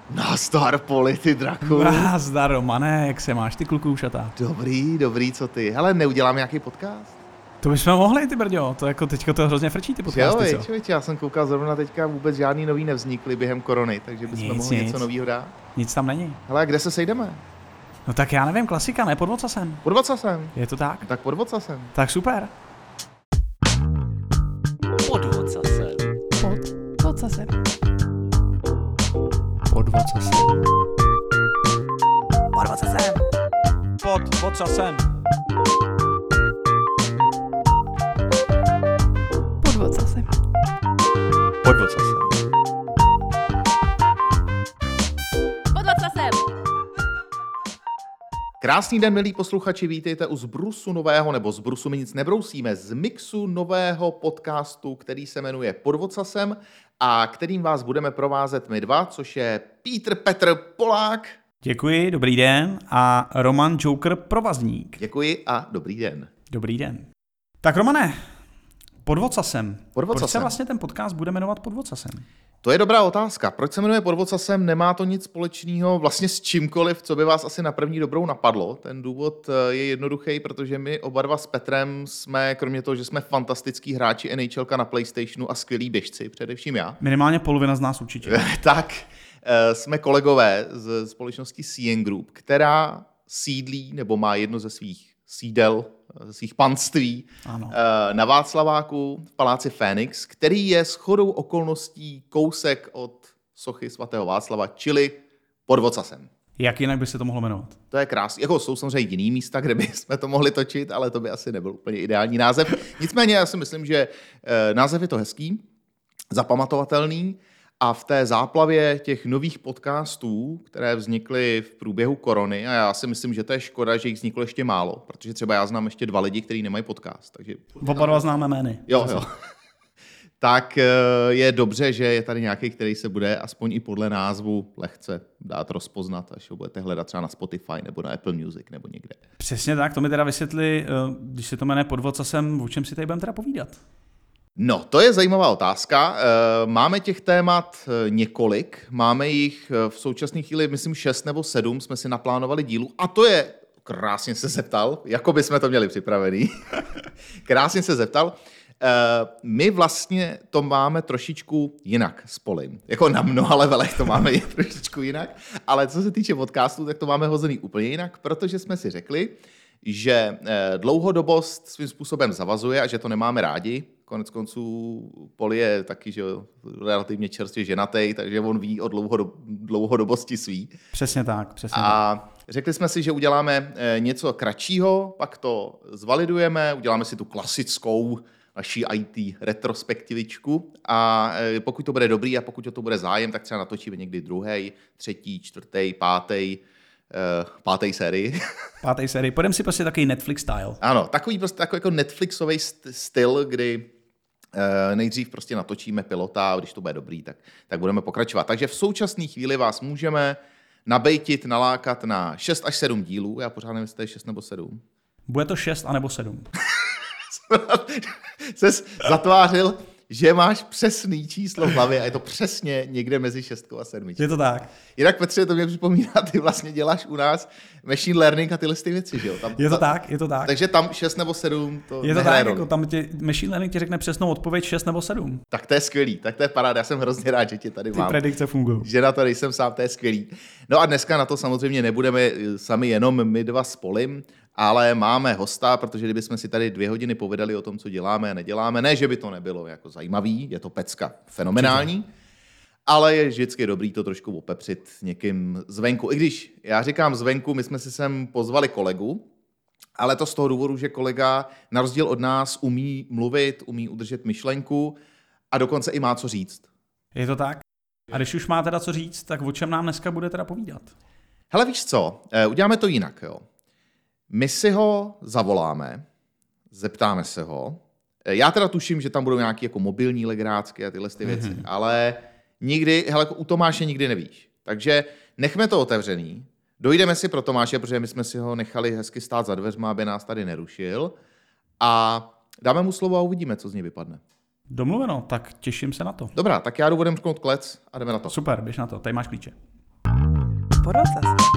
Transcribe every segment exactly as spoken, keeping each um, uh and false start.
Nazdar, Poli, ty draku. Nazdar, Romane, jak se máš, ty kluku ušatá? Dobrý, dobrý, co ty? Hele, neudělám nějaký podcast? To bychom mohli, ty brďo, to jako teďka to hrozně frčí, ty podcasty, jo, co? Člověče, já jsem koukal zrovna teďka, vůbec žádný nový nevznikly během korony, takže bychom Nic, mohli nic. něco novýho dát. Nic tam není. Hele, a kde se sejdeme? No tak já nevím, klasika, ne? Pod vocasem. Pod vocasem. Je to tak? Tak pod vocasem. Tak super. Pod vocasem. Pod vocasem. Pod vocasem. Pod vocasem. Pod vocasem. Pod vocasem. Pod vocasem. Pod vocasem. Krásný den, milí posluchači, vítejte u zbrusu nového, nebo zbrusu my nic nebrousíme, z mixu nového podcastu, který se jmenuje Pod vocasem a kterým vás budeme provázet my dva, což je Pítr Petr Polák. Děkuji, dobrý den. A Roman Joker Provazník. Děkuji a dobrý den. Dobrý den. Tak Romane, pod vocasem. Pod vocasem. Proč se vlastně ten podcast bude jmenovat Pod vocasem? To je dobrá otázka. Proč se jmenuje Pod vocasem? Nemá to nic společného vlastně s čímkoliv, co by vás asi na první dobrou napadlo. Ten důvod je jednoduchý, protože my oba dva s Petrem jsme, kromě toho, že jsme fantastický hráči N H L ka na PlayStationu a skvělí běžci, především já, Minimálně polovina z nás určitě. tak jsme kolegové z společnosti C N Group, která sídlí nebo má jedno ze svých sídel, ze svých panství Ano. na Václaváku v paláci Fénix, který je shodou okolností kousek od sochy svatého Václava, čili pod vocasem. Jak jinak by se to mohlo jmenovat? To je krásný. Jako jsou samozřejmě jiný místa, kde by jsme to mohli točit, ale to by asi nebyl úplně ideální název. Nicméně já si myslím, že název je to hezký, zapamatovatelný. A v té záplavě těch nových podcastů, které vznikly v průběhu korony, a já si myslím, že to je škoda, že jich vzniklo ještě málo, protože třeba já znám ještě dva lidi, kteří nemají podcast. Takže... Oba dva známe jmény. Jo, jo. Tak je dobře, že je tady nějaký, který se bude aspoň i podle názvu lehce dát rozpoznat, až ho budete hledat třeba na Spotify nebo na Apple Music nebo někde. Přesně tak, to mi teda vysvětli, když se to jmenuje Pod vocasem, o čem si tady budeme teda povídat? No, to je zajímavá otázka. Máme těch témat několik, máme jich v současné chvíli, myslím, šest nebo sedm jsme si naplánovali dílu a to je, krásně se zeptal, jako by jsme to měli připravený, krásně se zeptal, my vlastně to máme trošičku jinak s Polem. Jako na mnoha levelech to máme trošičku jinak, ale co se týče podcastu, tak to máme hozený úplně jinak, protože jsme si řekli, že dlouhodobost svým způsobem zavazuje a že to nemáme rádi. Konec konců Poli je taky, že relativně čerstvě ženatý, takže on ví o dlouhodob, dlouhodobosti svý. Přesně tak, přesně a tak. řekli jsme si, že uděláme něco kratšího, pak to zvalidujeme, uděláme si tu klasickou naší I T retrospektivičku a pokud to bude dobrý a pokud o to bude zájem, tak třeba natočíme někdy druhý, třetí, čtvrtý, pátý, Uh, pátý sérii. Pátý sérii. Půjdeme si prostě takový Netflix style. Ano, takový prostě takový jako Netflixový styl, kdy uh, nejdřív prostě natočíme pilota a když to bude dobrý, tak, tak budeme pokračovat. Takže v současné chvíli vás můžeme nabejtit, nalákat na šest až sedm dílů. Já pořád nevím, jestli to je šest nebo sedm. Bude to šest anebo sedm. Ses zatvářil, že máš přesný číslo v hlavě a je to přesně někde mezi šestkou a sedmičkou. Je to tak. Jinak, Petře, to mě připomíná, ty vlastně děláš u nás machine learning a tyhle ty věci, že jo? Tam, Je to ta, tak, je to tak. Takže tam šest nebo sedm to Je to nehraje tak, roli. jako tam tě, machine learning ti řekne přesnou odpověď šest nebo sedm. Tak to je skvělý, tak to je paráda, já jsem hrozně rád, že tě tady Ty mám. predikce fungují. Že na to nejsem sám, to je skvělý. No a dneska na to samozřejmě nebudeme sami jenom my dva s Polim, ale máme hosta, protože kdybychom si tady dvě hodiny povídali o tom, co děláme a neděláme, ne, že by to nebylo jako zajímavý, je to pecka fenomenální, Určitě. Ale je vždycky dobrý to trošku opepřit někým zvenku. I když já říkám zvenku, my jsme si sem pozvali kolegu, ale to z toho důvodu, že kolega na rozdíl od nás umí mluvit, umí udržet myšlenku a dokonce i má co říct. Je to tak? A když už má teda co říct, tak o čem nám dneska bude teda povídat? Hele, víš co, uděláme to jinak, jo. My si ho zavoláme, zeptáme se ho. Já teda tuším, že tam budou nějaké jako mobilní legrácky a tyhle ty věci, mm-hmm. ale nikdy, hele, u Tomáše nikdy nevíš. Takže nechme to otevřený, dojdeme si pro Tomáše, protože my jsme si ho nechali hezky stát za dveřma, aby nás tady nerušil a dáme mu slovo a uvidíme, co z něj vypadne. Domluveno, tak těším se na to. Dobrá, tak já jdu vodem šknout klec a jdeme na to. Super, běž na to, tady máš klíče. Podvoz zase.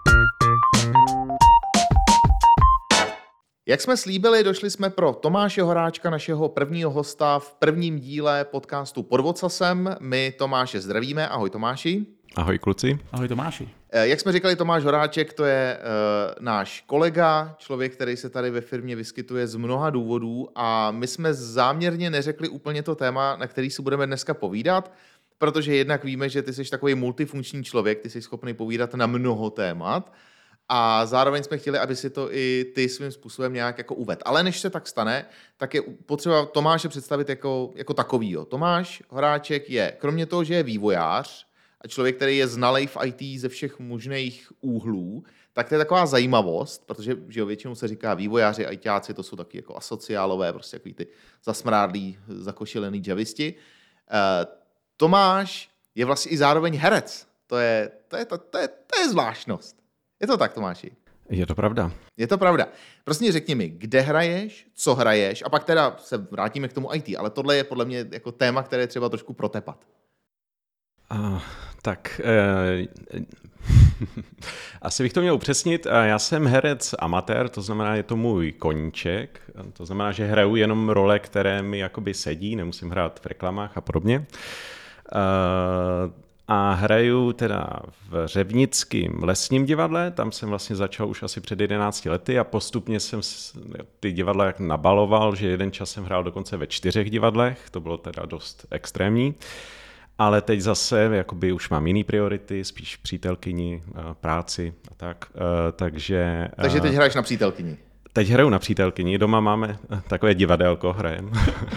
Jak jsme slíbili, došli jsme pro Tomáše Horáčka, našeho prvního hosta v prvním díle podcastu Pod vocasem. My Tomáše zdravíme. Ahoj Tomáši. Ahoj kluci. Ahoj Tomáši. Jak jsme říkali, Tomáš Horáček, to je uh, náš kolega, člověk, který se tady ve firmě vyskytuje z mnoha důvodů a my jsme záměrně neřekli úplně to téma, na který si budeme dneska povídat, protože jednak víme, že ty jsi takový multifunkční člověk, ty jsi schopný povídat na mnoho témat a zároveň jsme chtěli, aby si to i ty svým způsobem nějak jako uvedl. Ale než se tak stane, tak je potřeba Tomáše představit jako, jako takovýho. Tomáš Horáček je, kromě toho, že je vývojář, a člověk, který je znalej v í té ze všech možných úhlů, tak to je taková zajímavost, protože že většinou se říká vývojáři, ajťáci, to jsou taky jako asociálové, prostě takový ty zasmrádlí, zakošilený javisti. Uh, Tomáš je vlastně i zároveň herec. To je, to je, to, to je, to je zvláštnost. Je to tak, Tomáši? Je to pravda. Je to pravda. Prostě řekni mi, kde hraješ, co hraješ, a pak teda se vrátíme k tomu í té, ale tohle je podle mě jako téma, které je třeba trošku protepat. Uh, tak eh, asi bych to měl upřesnit. Já jsem herec amatér, to znamená, je to můj koníček. To znamená, že hraju jenom role, které mi jakoby sedí, nemusím hrát v reklamách a podobně. Uh, a hraju teda v Řevnickém lesním divadle, tam jsem vlastně začal už asi před jedenácti lety a postupně jsem ty divadla jak nabaloval, že jeden čas jsem hrál dokonce ve čtyřech divadlech, to bylo teda dost extrémní. Ale teď zase jakoby už mám jiný priority, spíš přítelkyni, práci a tak. Takže, Takže teď hraješ na přítelkyni. Teď hraju na přítelkyni, doma máme takové divadelko, hrajem.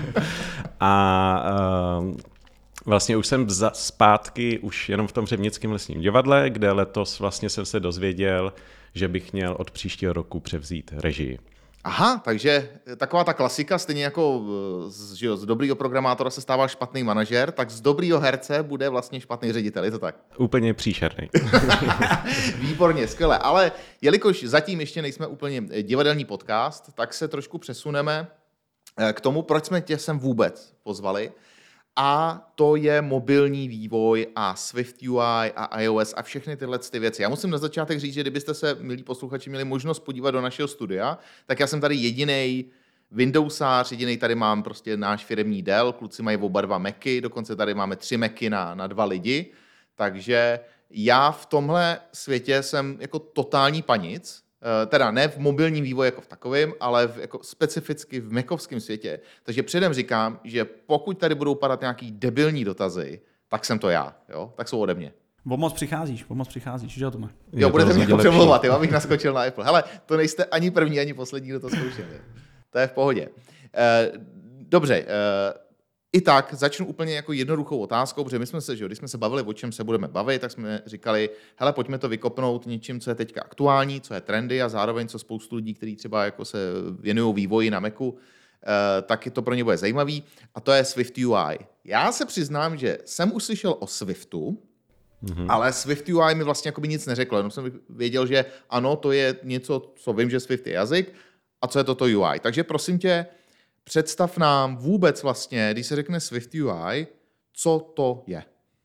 A vlastně už jsem zpátky už jenom v tom Řevnickém lesním divadle, kde letos vlastně jsem se dozvěděl, že bych měl od příštího roku převzít režii. Aha, takže taková ta klasika, stejně jako z, že jo, z dobrýho programátora se stává špatný manažer, tak z dobrýho herce bude vlastně špatný ředitel, je to tak? Úplně příšerný. Výborně, skvěle, ale jelikož zatím ještě nejsme úplně divadelní podcast, tak se trošku přesuneme k tomu, proč jsme tě sem vůbec pozvali. A to je mobilní vývoj a Swift U I a iOS a všechny tyhle ty věci. Já musím na začátek říct, že kdybyste se, milí posluchači, měli možnost podívat do našeho studia, tak já jsem tady jedinej Windowsář, jedinej tady mám prostě náš firemní Dell, kluci mají oba dva Macy, dokonce tady máme tři Macy na, na dva lidi, takže já v tomhle světě jsem jako totální panic, teda ne v mobilním vývoji jako v takovém, ale v, jako specificky v Macovském světě. Takže předem říkám, že pokud tady budou padat nějaký debilní dotazy, tak jsem to já, jo? Tak jsou ode mě. O moc přicházíš, o moc přicházíš, že jo, Tome? Jo, budete mě jako přemlouvat, jo, abych naskočil na Apple. Hele, to nejste ani první, ani poslední, kdo to zkoušel. To je v pohodě. E, dobře, e, i tak začnu úplně jako jednoduchou otázkou, protože my jsme se, že když jsme se bavili, o čem se budeme bavit, tak jsme říkali, hele, pojďme to vykopnout něčím, co je teďka aktuální, co je trendy a zároveň co spoustu lidí, kteří třeba jako se věnují vývoji na Macu, eh, tak to pro ně bude zajímavý a to je Swift U I. Já se přiznám, že jsem už slyšel o Swiftu, mm-hmm. ale Swift U I mi vlastně jakoby nic neřekl, jenom jsem věděl, že ano, to je něco, co vím, že Swift je jazyk a co je toto U I. Takže prosím tě, představ nám vůbec vlastně, když se řekne Swift U I, co to je?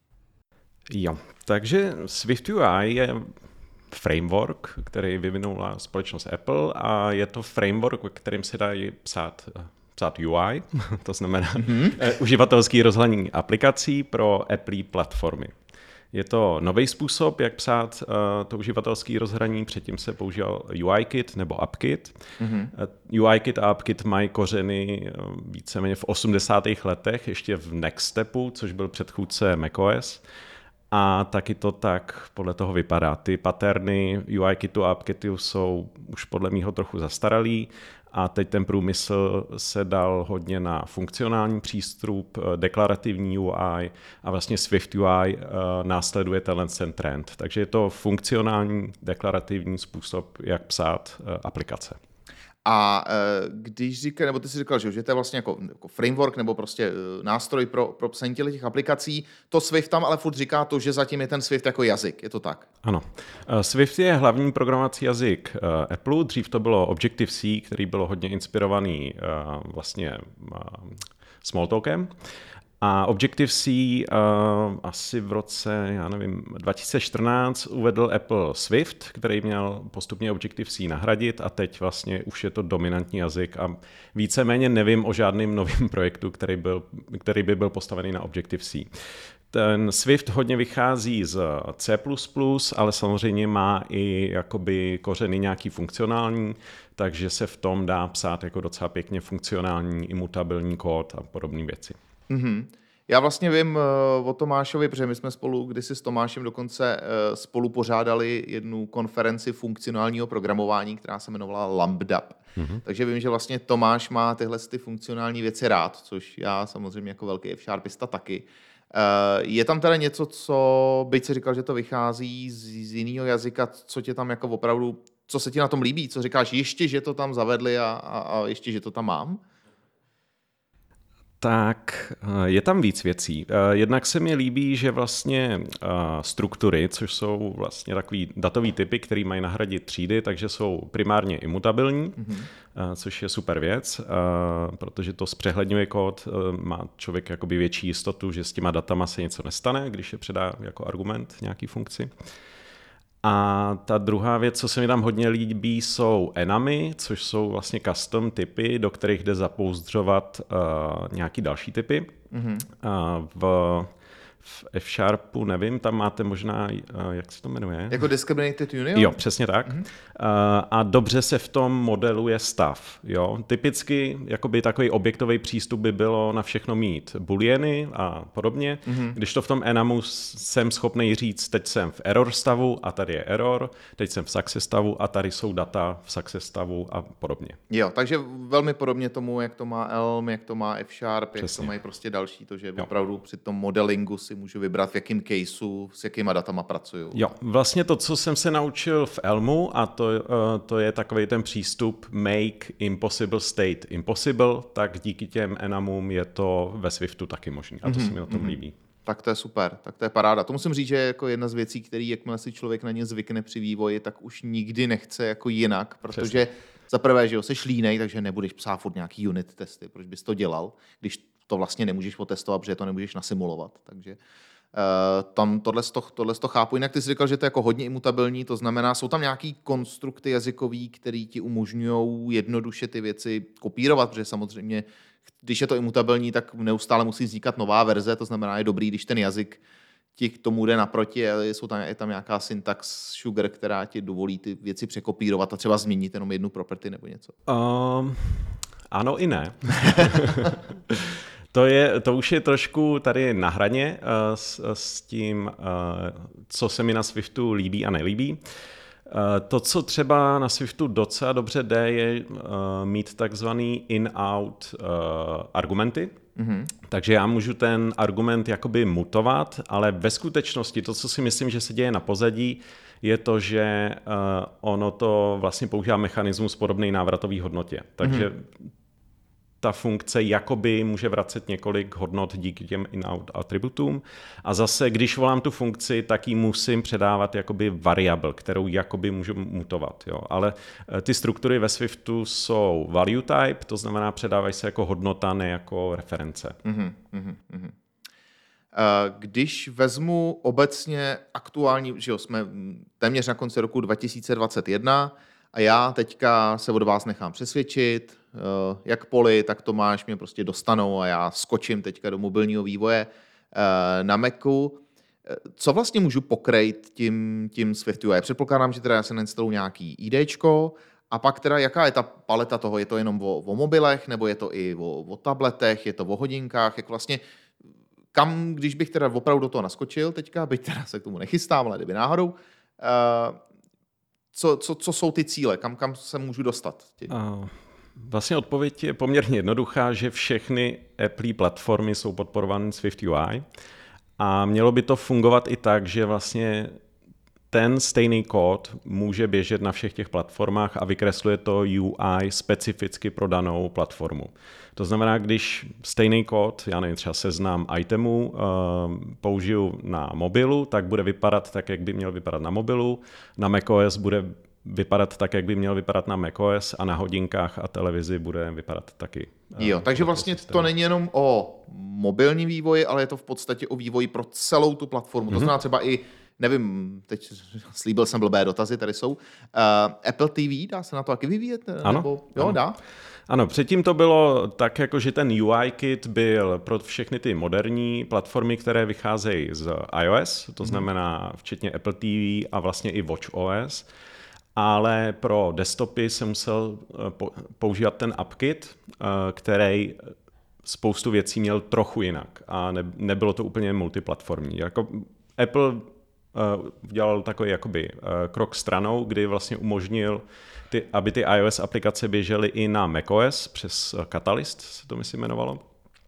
Jo, takže Swift U I je framework, který vyvinula společnost Apple a je to framework, ve kterém se dá psát, psát U I, to znamená mm-hmm. uživatelský rozhraní aplikací pro Apple platformy. Je to nový způsob, jak psát uh, to uživatelské rozhraní, předtím se používal U I Kit nebo AppKit. Mm-hmm. Uh, U I Kit a AppKit mají kořeny uh, víceméně v osmdesátých letech, ještě v Nextstepu, což byl předchůdce macOS. A taky to tak podle toho vypadá. Ty paterny U I Kitu a AppKitu jsou už podle mýho trochu zastaralý a teď ten průmysl se dal hodně na funkcionální přístup, deklarativní U I a vlastně Swift U I uh, následuje tenhle ten trend. Takže je to funkcionální, deklarativní způsob, jak psát uh, aplikace. A když říká, nebo ty jsi říkal, že to je vlastně jako, jako framework nebo prostě nástroj pro, pro psaní těch aplikací, to Swift tam ale furt říká to, že zatím je ten Swift jako jazyk, je to tak? Ano. Swift je hlavní programovací jazyk Apple, dřív to bylo Objective-C, který bylo hodně inspirovaný vlastně Smalltalkem. A Objective-C uh, asi v roce, já nevím, dva tisíce čtrnáct uvedl Apple Swift, který měl postupně Objective-C nahradit a teď vlastně už je to dominantní jazyk a víceméně nevím o žádném novém projektu, který, byl, který by byl postavený na Objective-C. Ten Swift hodně vychází z C plus plus, ale samozřejmě má i jakoby kořeny nějaký funkcionální, takže se v tom dá psát jako docela pěkně funkcionální, imutabilní kód a podobné věci. Mm-hmm. Já vlastně vím uh, o Tomášovi, protože my jsme spolu kdysi s Tomášem dokonce uh, spolu pořádali jednu konferenci funkcionálního programování, která se jmenovala Lambda. Mm-hmm. Takže vím, že vlastně Tomáš má tyhle ty funkcionální věci rád, což já samozřejmě jako velký F-sharpista taky. Uh, je tam teda něco, co, byť si říkal, že to vychází z, z jiného jazyka, co tě tam jako opravdu, co se ti na tom líbí, co říkáš ještě, že to tam zavedli a, a, a ještě, že to tam mám? Tak je tam víc věcí. Jednak se mi líbí, že vlastně struktury, což jsou vlastně takový datový typy, které mají nahradit třídy, takže jsou primárně imutabilní, mm-hmm. což je super věc, protože to zpřehledňuje kód, má člověk jakoby větší jistotu, že s těma datama se něco nestane, když je předá jako argument nějaký funkci. A ta druhá věc, co se mi tam hodně líbí, jsou enamy, což jsou vlastně custom typy, do kterých jde zapouzdřovat uh, nějaký další typy. Mm-hmm. Uh, v, v F-Sharpu, nevím, tam máte možná, uh, jak se to jmenuje? Jako discriminated union? Jo, přesně tak. Mm-hmm. Uh, a dobře se v tom modeluje stav. Jo? Typicky jakoby takový objektový přístup by bylo na všechno mít booleany a podobně. Mm-hmm. Když to v tom enamu jsem schopný říct, teď jsem v error stavu a tady je error, teď jsem v success stavu a tady jsou data v success stavu a podobně. Jo, takže velmi podobně tomu, jak to má Elm, jak to má F-Sharp, Přesně. jak to mají prostě další, to, že jo. opravdu při tom modelingu si můžu vybrat, v jakém caseu, s jakýma datama pracuju. Jo, vlastně to, co jsem se naučil v Elmu, a to, to je takový ten přístup make impossible state impossible, tak díky těm enamům je to ve Swiftu taky možný. A to mm-hmm. se mi na tom mm-hmm. líbí. Tak to je super, tak to je paráda. To musím říct, že je jako jedna z věcí, který jakmile si člověk na ně zvykne při vývoji, tak už nikdy nechce jako jinak, protože Přesně. za prvé, že jo, seš línej, takže nebudeš psát furt nějaký unit testy, proč bys to dělal, když to vlastně nemůžeš otestovat, protože to nemůžeš nasimulovat, takže Uh, tam tohle to chápu. Jinak ty jsi říkal, že to je jako hodně imutabilní, to znamená, jsou tam nějaký konstrukty jazykový, který ti umožňují jednoduše ty věci kopírovat, protože samozřejmě, když je to imutabilní, tak neustále musí vznikat nová verze, to znamená, je dobrý, když ten jazyk ti k tomu jde naproti, ale jsou tam, je tam nějaká syntax sugar, která ti dovolí ty věci překopírovat a třeba změnit jenom jednu property nebo něco. Um, ano i ne. To, je, to už je trošku tady na hraně uh, s, s tím, uh, co se mi na Swiftu líbí a nelíbí. Uh, to, co třeba na Swiftu docela dobře jde, je uh, mít takzvaný in-out uh, argumenty. Mm-hmm. Takže já můžu ten argument jakoby mutovat, ale ve skutečnosti to, co si myslím, že se děje na pozadí, je to, že uh, ono to vlastně používá mechanismus podobný návratové hodnotě. Takže mm-hmm. ta funkce jakoby může vracet několik hodnot díky těm in-out atributům. A zase, když volám tu funkci, tak ji musím předávat jakoby variable, kterou jakoby můžu mutovat. Jo. Ale ty struktury ve Swiftu jsou value type, to znamená předávají se jako hodnota, ne jako reference. Mm-hmm, mm-hmm. Když vezmu obecně aktuální, že jo, jsme téměř na konci roku dva tisíce dvacet jedna a já teďka se od vás nechám přesvědčit, jak Poli, tak Tomáš mě prostě dostanou a já skočím teďka do mobilního vývoje na Macu. Co vlastně můžu pokrejt tím, tím Swift U I? Předpokládám, že teda já se nainstaluji nějaký IDčko a pak teda jaká je ta paleta toho? Je to jenom o, o mobilech, nebo je to i o, o tabletech, je to o hodinkách? Jak vlastně, kam, když bych teda opravdu do toho naskočil teďka, byť teda se k tomu nechystám, ale kdyby náhodou, co, co, co jsou ty cíle? Kam, kam se můžu dostat? Uh. Vlastně odpověď je poměrně jednoduchá, že všechny Apple platformy jsou podporovány Swift U I a mělo by to fungovat i tak, že vlastně ten stejný kód může běžet na všech těch platformách a vykresluje to U I specificky pro danou platformu. To znamená, když stejný kód, já nevím, třeba seznam itemů, uh, použiju na mobilu, tak bude vypadat tak, jak by měl vypadat na mobilu. Na macOS bude vypadat tak, jak by měl vypadat na macOS a na hodinkách a televizi bude vypadat taky. Jo, takže vlastně to není jenom o mobilním vývoji, ale je to v podstatě o vývoji pro celou tu platformu. Mm-hmm. To znamená třeba i, nevím, teď slíbil jsem blbé dotazy, tady jsou. Uh, Apple T V, dá se na to taky vyvíjet? Ano. Nebo, jo, ano. dá? Ano, předtím to bylo tak, jako že ten U I kit byl pro všechny ty moderní platformy, které vycházejí z iOS, to znamená včetně Apple T V a vlastně i watchOS, ale pro desktopy se musel používat ten AppKit, který spoustu věcí měl trochu jinak a ne, nebylo to úplně multiplatformní. Jako Apple udělal takový jakoby krok stranou, kdy vlastně umožnil Ty, aby ty iOS aplikace běžely i na macOS přes Catalyst, se to myslím jmenovalo.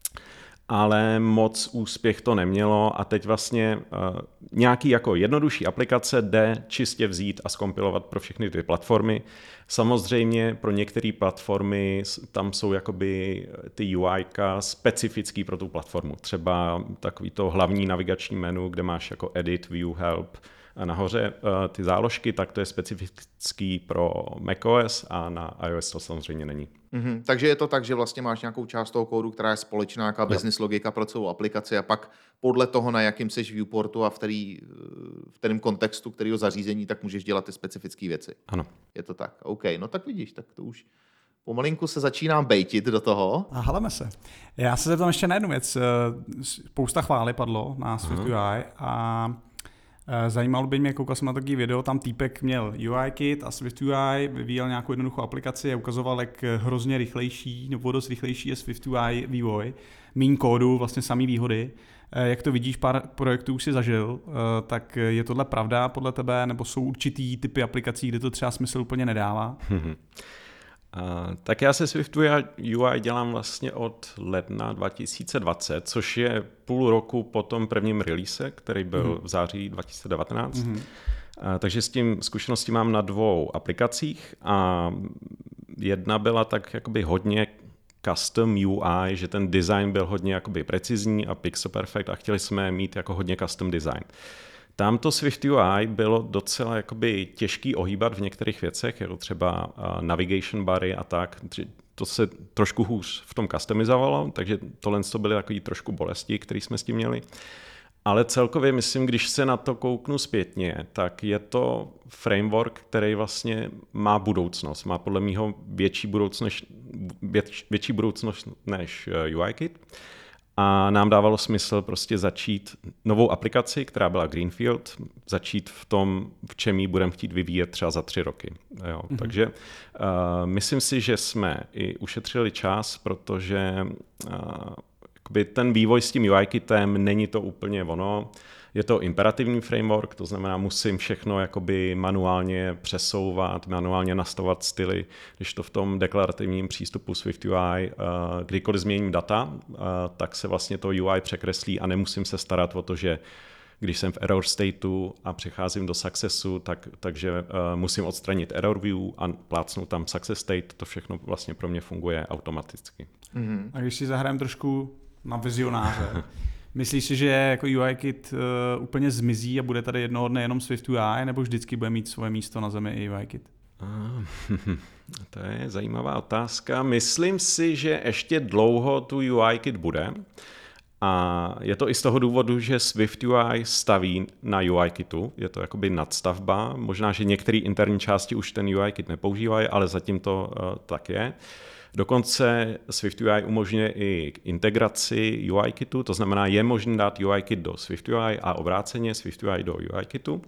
Ale moc úspěch to nemělo a teď vlastně uh, nějaký jako jednodušší aplikace jde čistě vzít a zkompilovat pro všechny ty platformy. Samozřejmě pro některé platformy tam jsou jakoby ty U I ka specifický pro tu platformu. Třeba takový to hlavní navigační menu, kde máš jako Edit, View, Help, a nahoře uh, ty záložky, tak to je specifický pro macOS a na iOS to samozřejmě není. Mm-hmm. Takže je to tak, že vlastně máš nějakou část toho kódu, která je společná, nějaká business logika pro celou aplikaci a pak podle toho, na jakým seš viewportu a v, který, v kterém kontextu, kterého zařízení, tak můžeš dělat ty specifické věci. Ano. Je to tak. OK, no tak vidíš, tak to už pomalinku se začínám bejtit do toho. A haleme se. Já se zeptám ještě na jednu věc. Spousta chvály padlo na SwiftUI a zajímalo by mě, koukal jsem na takový video, tam týpek měl U I kit a SwiftUI, vyvíjel nějakou jednoduchou aplikaci a ukazoval, jak hrozně rychlejší, nebo dost rychlejší je SwiftUI vývoj, míň kódu, vlastně samý výhody. Jak to vidíš, pár projektů už si zažil, tak je tohle pravda podle tebe, nebo jsou určitý typy aplikací, kde to třeba smysl úplně nedává? Uh, tak já se SwiftUI U I dělám vlastně od ledna dva tisíce dvacet, což je půl roku po tom prvním release, který byl mm. v září dva tisíce devatenáct. Mm. Uh, takže s tím zkušenosti mám na dvou aplikacích a jedna byla tak jakoby hodně custom U I, že ten design byl hodně jakoby precizní a pixel perfect a chtěli jsme mít jako hodně custom design. Tamto SwiftUI bylo docela jakoby těžký ohýbat v některých věcech, jako třeba uh, navigation bary a tak. To se trošku hůř v tom customizovalo, takže tohle to byly takový trošku bolesti, které jsme s tím měli. Ale celkově myslím, když se na to kouknu zpětně, tak je to framework, který vlastně má budoucnost. Má podle mého větší budoucnost, větší, větší budoucnost než U I kit. A nám dávalo smysl prostě začít novou aplikaci, která byla Greenfield, začít v tom, v čem ji budeme chtít vyvíjet třeba za tři roky. Jo. Mm-hmm. Takže uh, myslím si, že jsme i ušetřili čas, protože uh, ten vývoj s tím U I kitem není to úplně ono. Je to imperativní framework, to znamená, musím všechno jakoby manuálně přesouvat, manuálně nastavovat styly, když to v tom deklarativním přístupu SwiftUI, kdykoliv změním data, tak se vlastně to U I překreslí a nemusím se starat o to, že když jsem v error stateu a přecházím do successu, tak, takže uh, musím odstranit error view a plácnout tam success state, to všechno vlastně pro mě funguje automaticky. Mm-hmm. A když si zahrajeme trošku na vizionáře, myslíš si, že jako U I kit uh, úplně zmizí a bude tady jednoho dne jenom SwiftUI, nebo vždycky bude mít svoje místo na zemi i U I kit? Uh, to je zajímavá otázka. Myslím si, že ještě dlouho tu U I kit bude. A je to i z toho důvodu, že SwiftUI staví na U I kitu, je to jakoby nadstavba, možná, že některé interní části už ten U I kit nepoužívají, ale zatím to uh, tak je. Dokonce SwiftUI umožňuje i integraci U I kitu, to znamená, je možné dát U I kit do SwiftUI a obráceně SwiftUI do U I kitu.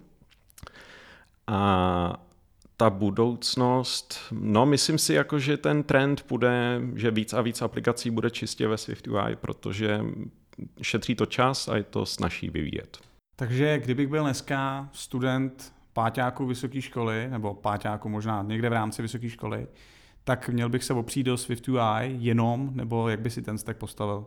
A ta budoucnost, no myslím si, jako, že ten trend bude, že víc a víc aplikací bude čistě ve SwiftUI, protože šetří to čas a je to snazší vyvíjet. Takže kdybych byl dneska student páťáku vysoké školy, nebo páťáku možná někde v rámci vysoké školy, tak měl bych se opřít do SwiftUI jenom, nebo jak by si ten stack postavil?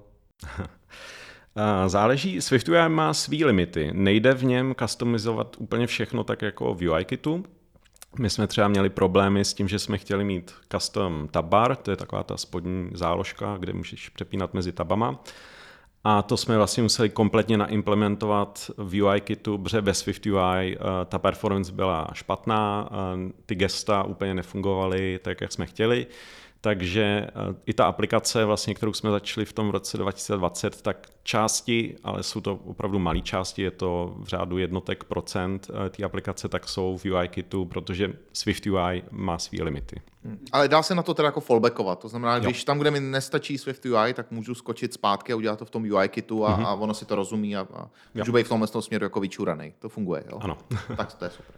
Záleží, SwiftUI má svý limity. Nejde v něm customizovat úplně všechno tak jako v U I kitu. My jsme třeba měli problémy s tím, že jsme chtěli mít custom tab bar, to je taková ta spodní záložka, kde můžeš přepínat mezi tabama. A to jsme vlastně museli kompletně naimplementovat v U I kitu, protože ve Swift U I uh, ta performance byla špatná, uh, ty gesta úplně nefungovaly tak, jak jsme chtěli. Takže uh, i ta aplikace, vlastně, kterou jsme začali v tom roce dva tisíce dvacet, tak části, ale jsou to opravdu malé části, je to v řádu jednotek procent uh, té aplikace, tak jsou v U I kitu, protože Swift U I má své limity. Hmm. Ale dá se na to teda jako fallbackovat, to znamená, jo. Když tam, kde mi nestačí Swift U I, tak můžu skočit zpátky a udělat to v tom U I kitu a, mm-hmm. a ono si to rozumí a, a můžu být v tomhle směru jako vyčuranej. To funguje, jo? Ano. Tak to je super.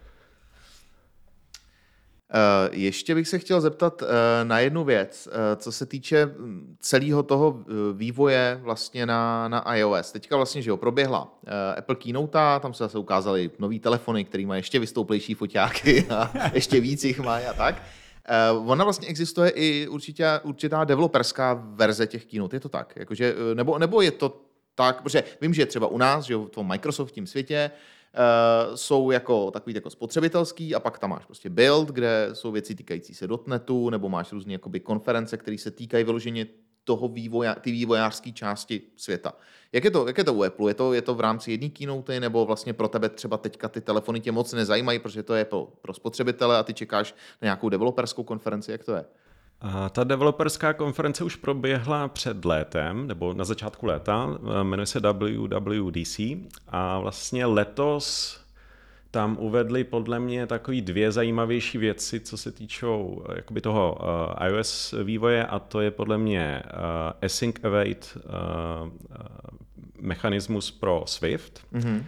Uh, ještě bych se chtěl zeptat uh, na jednu věc, uh, co se týče celého toho uh, vývoje vlastně na, na iOS. Teďka vlastně, že jo, proběhla uh, Apple Keynote, tam se zase ukázaly nový telefony, který mají ještě vystouplejší foťáky a ještě víc jich mají a tak. Uh, ona vlastně existuje i určitě, určitá developerská verze těch Keynote, je to tak? Jakože, nebo, nebo je to tak, protože vím, že třeba u nás, že v tom Microsoftním světě, Uh, jsou jako takový jako spotřebitelský a pak tam máš prostě build, kde jsou věci týkající se dotnetu, nebo máš různé jakoby konference, které se týkají vyloženě toho vývoja, ty vývojářské části světa. Jak je to, jak je to u Apple? Je to, je to v rámci jedné keynote, nebo vlastně pro tebe třeba teďka ty telefony tě moc nezajímají, protože to je pro, pro spotřebitele a ty čekáš na nějakou developerskou konferenci, jak to je? A ta developerská konference už proběhla před létem, nebo na začátku léta, jmenuje se W W D C a vlastně letos tam uvedli podle mě takový dvě zajímavější věci, co se týčou jakoby toho uh, iOS vývoje, a to je podle mě uh, async await uh, uh, mechanismus pro Swift. Mm-hmm.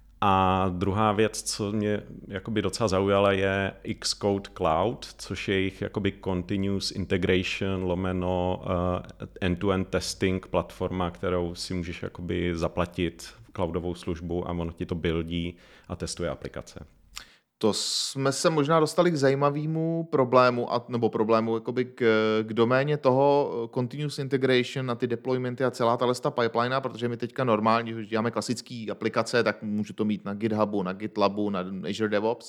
A druhá věc, co mě jakoby docela zaujala, je Xcode Cloud, což je jejich jakoby continuous integration lomeno uh, end-to-end testing platforma, kterou si můžeš jakoby zaplatit cloudovou službu a ono ti to buildí a testuje aplikace. To jsme se možná dostali k zajímavému problému, a, nebo problému jakoby k, k doméně toho continuous integration a ty deploymenty a celá ta pipeline, protože my teďka normálně, když děláme klasické aplikace, tak můžu to mít na GitHubu, na GitLabu, na Azure DevOps.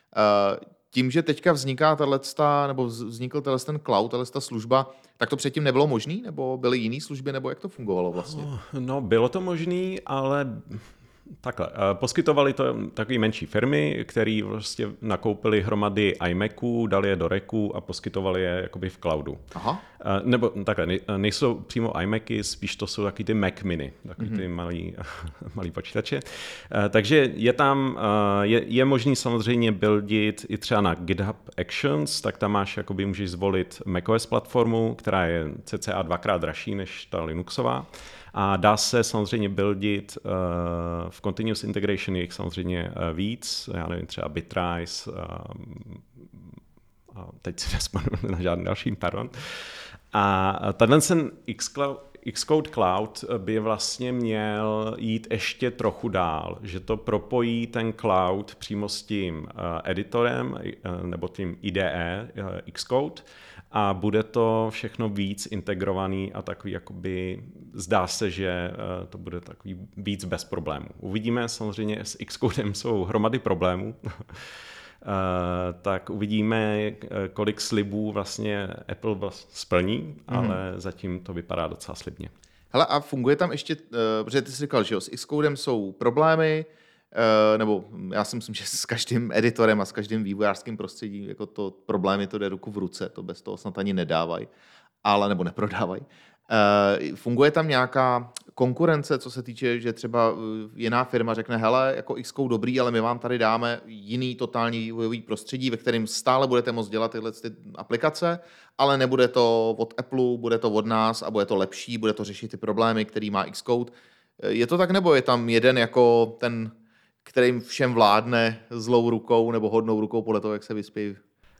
Tím, že teďka vzniká tato, nebo vznikl ten cloud, tato služba, tak to předtím nebylo možné? Nebo byly jiné služby, nebo jak to fungovalo vlastně? No, bylo to možné, ale takhle. Poskytovali to takové menší firmy, které vlastně nakoupili hromady iMaců, dali je do reku a poskytovali je jakoby v cloudu. Aha. Nebo takhle, nejsou přímo iMacy, spíš to jsou taky ty Mac mini, takový mm-hmm. ty malý, malý počítače. Takže je tam, je, je možný samozřejmě buildit i třeba na GitHub Actions, tak tam máš, jakoby můžeš zvolit macOS platformu, která je cca dvakrát dražší než ta Linuxová. A dá se samozřejmě buildit uh, v Continuous Integration je jich samozřejmě uh, víc, já nevím, třeba Bitrise, uh, a teď si nespomenu na žádný další, pardon. A tenhle ten Xcode Cloud by vlastně měl jít ještě trochu dál, že to propojí ten cloud přímo s tím uh, editorem uh, nebo tím I D E uh, Xcode, a bude to všechno víc integrovaný a takový jakoby, zdá se, že to bude takový víc bez problémů. Uvidíme, samozřejmě s Xcodem jsou hromady problémů, tak uvidíme, kolik slibů vlastně Apple splní, mm. ale zatím to vypadá docela slibně. Hele, a funguje tam ještě, protože ty jsi říkal, že jo, s Xcodem jsou problémy, Uh, nebo já si myslím, že s každým editorem a s každým vývojářským prostředím jako to problémy to jde ruku v ruce, to bez toho snad ani nedávají, ale nebo neprodávají. Uh, funguje tam nějaká konkurence, co se týče, že třeba jiná firma řekne, hele, jako Xcode dobrý, ale my vám tady dáme jiný totální vývojový prostředí, ve kterém stále budete moct dělat tyhle ty aplikace, ale nebude to od Apple, bude to od nás a bude to lepší, bude to řešit ty problémy, který má Xcode. Je to tak, nebo je tam jeden jako ten, kterým všem vládne zlou rukou nebo hodnou rukou podle toho, jak se vyspí? Uh,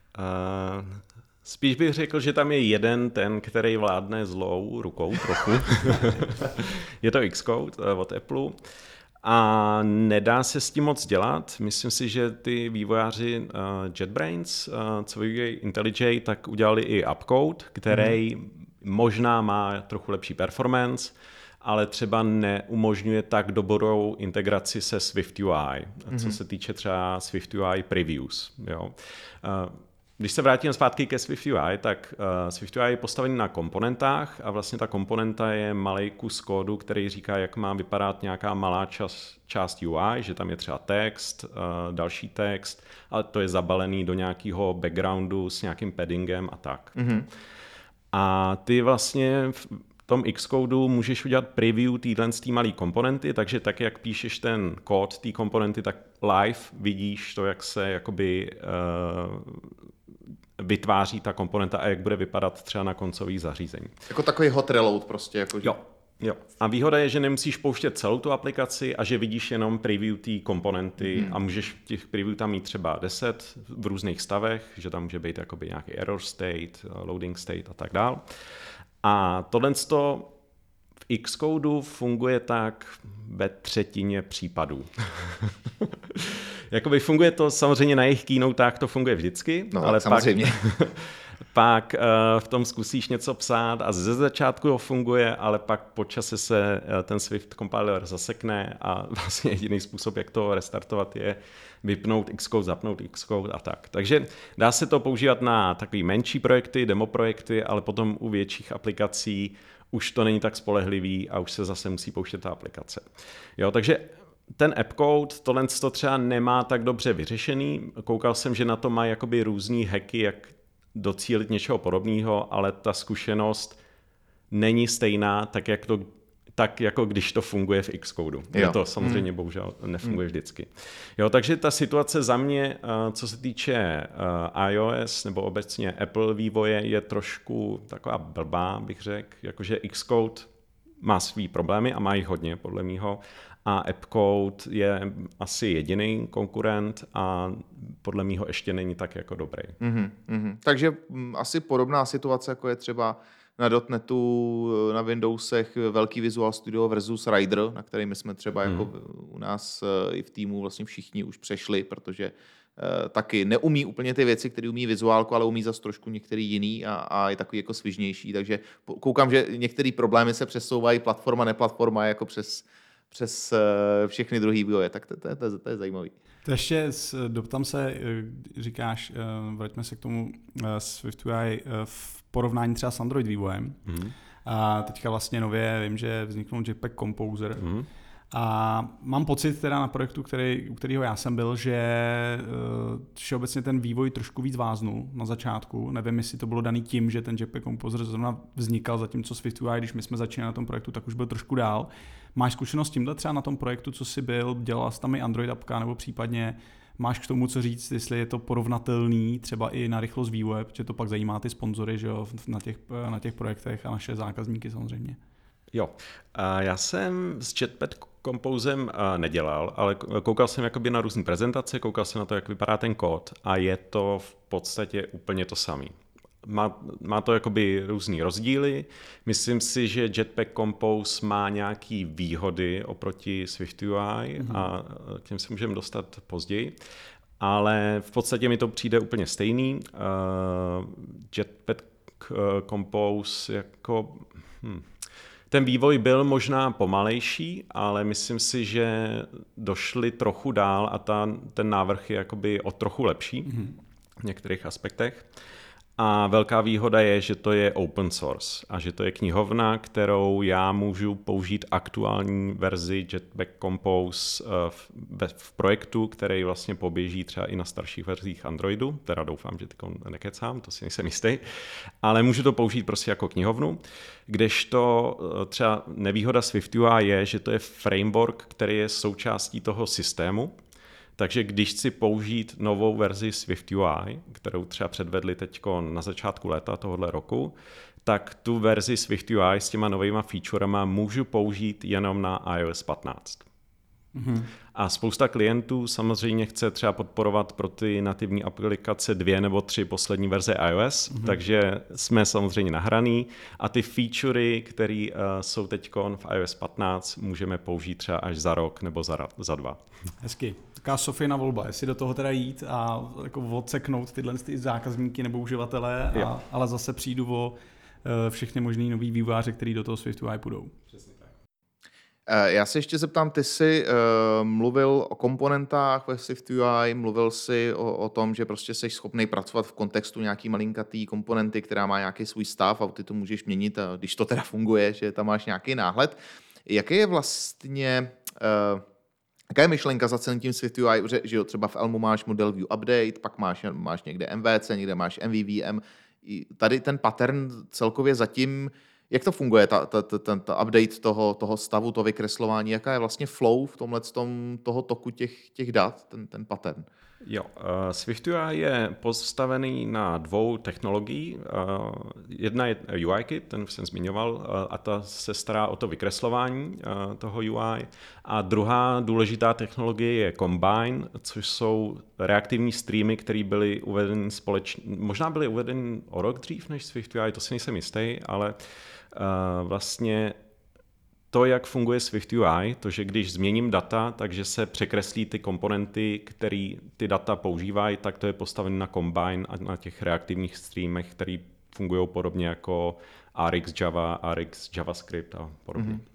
spíš bych řekl, že tam je jeden ten, který vládne zlou rukou trochu. Je to Xcode od Apple. A nedá se s tím moc dělat. Myslím si, že ty vývojáři uh, JetBrains, uh, co vyvíjejí IntelliJ, tak udělali i Upcode, který mm. možná má trochu lepší performance, ale třeba neumožňuje tak dobrou integraci se Swift U I, mm-hmm. co se týče třeba Swift U I previews. Jo. Když se vrátíme zpátky ke SwiftUI, tak uh, SwiftUI je postavený na komponentách a vlastně ta komponenta je malý kus kódu, který říká, jak má vypadat nějaká malá čas, část U I, že tam je třeba text, uh, další text, ale to je zabalený do nějakého backgroundu s nějakým paddingem a tak. Mm-hmm. A ty vlastně v tom Xcodu můžeš udělat preview téhle malé komponenty, takže tak, jak píšeš ten kód té komponenty, tak live vidíš to, jak se jakoby uh, vytváří ta komponenta a jak bude vypadat třeba na koncových zařízení. Jako takový hot reload prostě. Jako, že... Jo. Jo. A výhoda je, že nemusíš pouštět celou tu aplikaci a že vidíš jenom preview té komponenty hmm. a můžeš těch preview tam mít třeba deset v různých stavech, že tam může být jakoby nějaký error state, loading state a tak dál. A tohle v Xcodu funguje tak ve třetině případů. Jakoby funguje to samozřejmě na jejich keynotách, to funguje vždycky, no, ale samozřejmě. pak, pak uh, v tom zkusíš něco psát a ze začátku ho funguje, ale pak po čase se uh, ten Swift compiler zasekne a vlastně jediný způsob, jak to restartovat, je vypnout Xcode, zapnout Xcode a tak. Takže dá se to používat na takový menší projekty, demo projekty, ale potom u větších aplikací už to není tak spolehlivý a už se zase musí pouštět ta aplikace. Jo, takže ten AppCode, tohle to třeba nemá tak dobře vyřešený. Koukal jsem, že na to má jakoby různý hacky, jak docílit něčeho podobného, ale ta zkušenost není stejná, tak, jak to, tak jako když to funguje v Xcodu. Jo. To samozřejmě hmm. bohužel nefunguje hmm. vždycky. Jo, takže ta situace za mě, co se týče iOS nebo obecně Apple vývoje, je trošku taková blbá, bych řekl, jakože Xcode má svý problémy a má jich hodně, podle mýho, a AppCode je asi jediný konkurent a podle mýho ještě není tak jako dobrý. Mm-hmm, mm-hmm. Takže m, asi podobná situace, jako je třeba na dotnetu, na Windowsech velký Visual Studio versus Rider, na kterými jsme třeba mm. jako u nás i v týmu vlastně všichni už přešli, protože uh, taky neumí úplně ty věci, které umí vizuálku, ale umí zase trošku některý jiný a, a je takový jako svižnější, takže koukám, že některé problémy se přesouvají platforma, neplatforma jako přes přes všechny druhý vývoje, tak to, to, to, to je zajímavý. To ještě doptám se, říkáš, vraťme se k tomu SwiftUI v porovnání třeba s Android vývojem. Mm. A teďka vlastně nově vím, že vzniknul Jetpack Composer. Mm. A mám pocit teda na projektu, který, u kterého já jsem byl, že všeobecně ten vývoj trošku víc váznul na začátku. Nevím, jestli to bylo daný tím, že ten Jetpack Composer zrovna vznikal, zatímco SwiftUI, když my jsme začínali na tom projektu, tak už byl trošku dál. Máš zkušenost s tímhle třeba na tom projektu, co jsi byl, dělal jsi tam i Android appka, nebo případně máš k tomu co říct, jestli je to porovnatelný třeba i na rychlost vývoje, protože to pak zajímá ty sponzory, že jo, na těch, na těch projektech a naše zákazníky samozřejmě. Jo, já jsem s Jetpack Composem nedělal, ale koukal jsem jakoby na různé prezentace, koukal jsem na to, jak vypadá ten kód a je to v podstatě úplně to samé. Má, má to jakoby různý rozdíly. Myslím si, že Jetpack Compose má nějaké výhody oproti SwiftUI mm-hmm. a k těm se můžeme dostat později. Ale v podstatě mi to přijde úplně stejný. Uh, Jetpack Compose jako... Hm. Ten vývoj byl možná pomalejší, ale myslím si, že došli trochu dál a ta, ten návrh je jakoby o trochu lepší mm-hmm. v některých aspektech. A velká výhoda je, že to je open source a že to je knihovna, kterou já můžu použít aktuální verzi Jetpack Compose v, v projektu, který vlastně poběží třeba i na starších verzích Androidu, teda doufám, že tyko nekecám, to si nejsem jistý, ale můžu to použít prostě jako knihovnu, kdežto třeba nevýhoda SwiftUI je, že to je framework, který je součástí toho systému. Takže když chci použít novou verzi SwiftUI, kterou třeba předvedli teď na začátku léta tohohle roku, tak tu verzi SwiftUI s těma novýma featurema můžu použít jenom na iOS patnáct. Mm-hmm. A spousta klientů samozřejmě chce třeba podporovat pro ty nativní aplikace dvě nebo tři poslední verze iOS, mm-hmm. takže jsme samozřejmě nahraný a ty featurey, které uh, jsou teď v iOS patnáct, můžeme použít třeba až za rok nebo za, za dva. Hezky. Taká Sofina volba, jestli do toho teda jít a jako odseknout tyhle ty zákazníky nebo uživatele, a, ale zase přijdu o uh, všechny možný nový vývojáře, který do toho SwiftUI půjdou. Přesně. Já se ještě zeptám, ty jsi uh, mluvil o komponentách ve SwiftUI, mluvil jsi o, o tom, že prostě jsi schopný pracovat v kontextu nějaký malinkatý komponenty, která má nějaký svůj stav a ty to můžeš měnit, a když to teda funguje, že tam máš nějaký náhled. Jaký je vlastně, uh, jaká je myšlenka za celým tím SwiftUI, že, že jo, třeba v Elmu máš model view update, pak máš, máš někde M V C, někde máš M V V M. Tady ten pattern celkově zatím, jak to funguje, ta, ta, ta, ta, ta update toho, toho stavu, to vykreslování, jaká je vlastně flow v tomhletom toho toku těch, těch dat, ten, ten pattern? Jo, uh, SwiftUI je postavený na dvou technologií. Uh, jedna je UIKit, ten jsem zmiňoval, uh, a ta se stará o to vykreslování uh, toho U I. A druhá důležitá technologie je Combine, což jsou reaktivní streamy, které byly uvedeny společně, možná byly uvedeny o rok dřív než SwiftUI, to si nejsem jistý, ale uh, vlastně to, jak funguje SwiftUI, to, že když změním data, takže se překreslí ty komponenty, které ty data používají, tak to je postavené na Combine a na těch reaktivních streamech, které fungují podobně jako R X Java, R X JavaScript a podobně. Mm-hmm.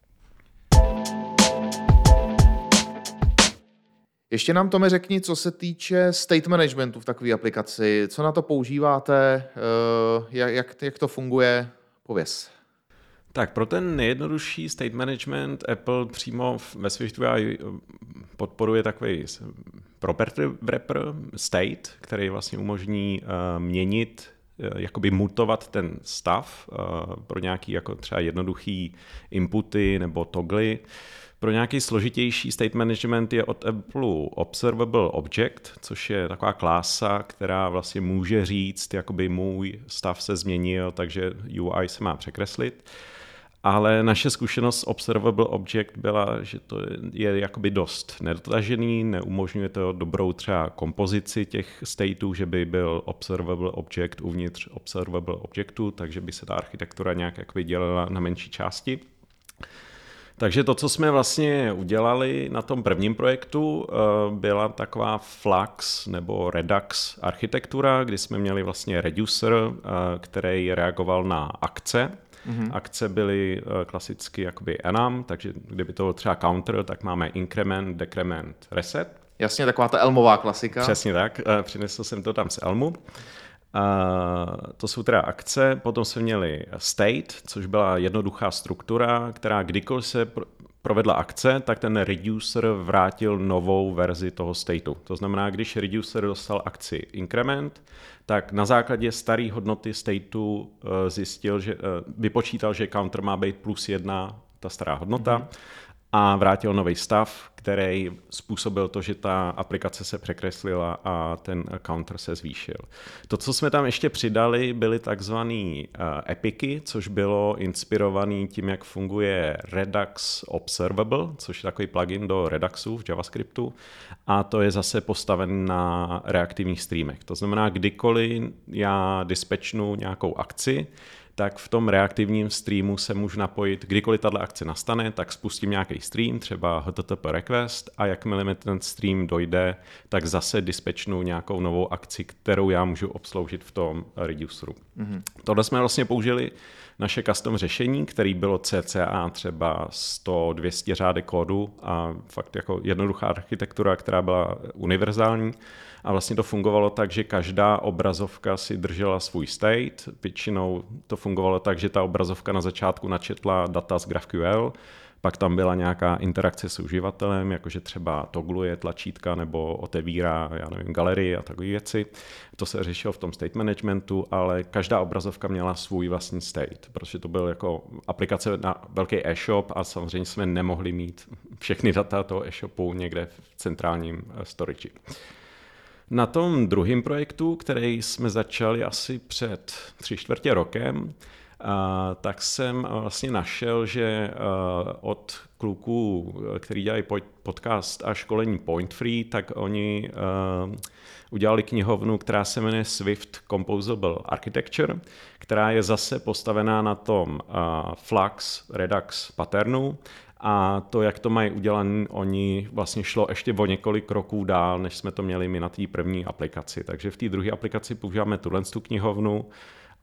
Ještě nám, Tome, řekni, co se týče state managementu v takové aplikaci. Co na to používáte? Jak, jak to funguje? Pověz. Tak pro ten nejjednodušší state management Apple přímo ve SwiftUI podporuje takový property wrapper state, který vlastně umožní uh, měnit, uh, jakoby mutovat ten stav uh, pro nějaký jako třeba jednoduchý inputy nebo toggly. Pro nějaký složitější state management je od Apple Observable Object, což je taková klása, která vlastně může říct, jakoby můj stav se změnil, takže U I se má překreslit. Ale naše zkušenost s Observable Object byla, že to je jakoby dost nedotažený, neumožňuje to dobrou třeba kompozici těch stateů, že by byl Observable Object uvnitř Observable Objectu, takže by se ta architektura nějak jakoby dělala na menší části. Takže to, co jsme vlastně udělali na tom prvním projektu, byla taková Flux nebo Redux architektura, kdy jsme měli vlastně reducer, který reagoval na akce. Mm-hmm. Akce byly klasicky jakoby enum, takže kdyby to byl třeba counter, tak máme increment, decrement, reset. Jasně, taková ta Elmová klasika. Přesně tak, přinesl jsem to tam z Elmu. Uh, to jsou teda akce, potom jsme měli state, což byla jednoduchá struktura, která kdykoliv se pr- provedla akce, tak ten reducer vrátil novou verzi toho stateu. To znamená, když reducer dostal akci increment, tak na základě staré hodnoty stateu uh, zjistil, že uh, vypočítal, že counter má být plus jedna, ta stará hodnota, mm-hmm. a vrátil nový stav, který způsobil to, že ta aplikace se překreslila a ten counter se zvýšil. To, co jsme tam ještě přidali, byly takzvaný uh, epiky, což bylo inspirovaný tím, jak funguje Redux Observable, což je takový plugin do Reduxu v JavaScriptu, a to je zase postaven na reaktivních streamech. To znamená, kdykoliv já dispečnu nějakou akci, tak v tom reaktivním streamu se můžu napojit, kdykoliv tato akce nastane, tak spustím nějaký stream, třeba H T T P request, a jakmile mi ten stream dojde, tak zase dispečnu nějakou novou akci, kterou já můžu obsloužit v tom reduceru. Mm-hmm. Tohle jsme vlastně použili naše custom řešení, který bylo cca třeba sto až dvě stě řádek kódu a fakt jako jednoduchá architektura, která byla univerzální. A vlastně to fungovalo tak, že každá obrazovka si držela svůj state. Většinou to fungovalo tak, že ta obrazovka na začátku načetla data z GraphQL, pak tam byla nějaká interakce s uživatelem, jakože třeba togluje tlačítka nebo otevírá, já nevím, galerii a takové věci. To se řešilo v tom state managementu, ale každá obrazovka měla svůj vlastní state, protože to byl jako aplikace na velký e-shop a samozřejmě jsme nemohli mít všechny data toho e-shopu někde v centrálním storage. Na tom druhém projektu, který jsme začali asi před tři čtvrtě rokem, uh, tak jsem vlastně našel, že uh, od kluků, který dělají podcast a školení Point Free, tak oni uh, udělali knihovnu, která se jmenuje Swift Composable Architecture, která je zase postavená na tom uh, Flux Redux patternu. A to, jak to mají udělané, oni vlastně šlo ještě o několik kroků dál, než jsme to měli my na té první aplikaci. Takže v té druhé aplikaci používáme tuhle tu knihovnu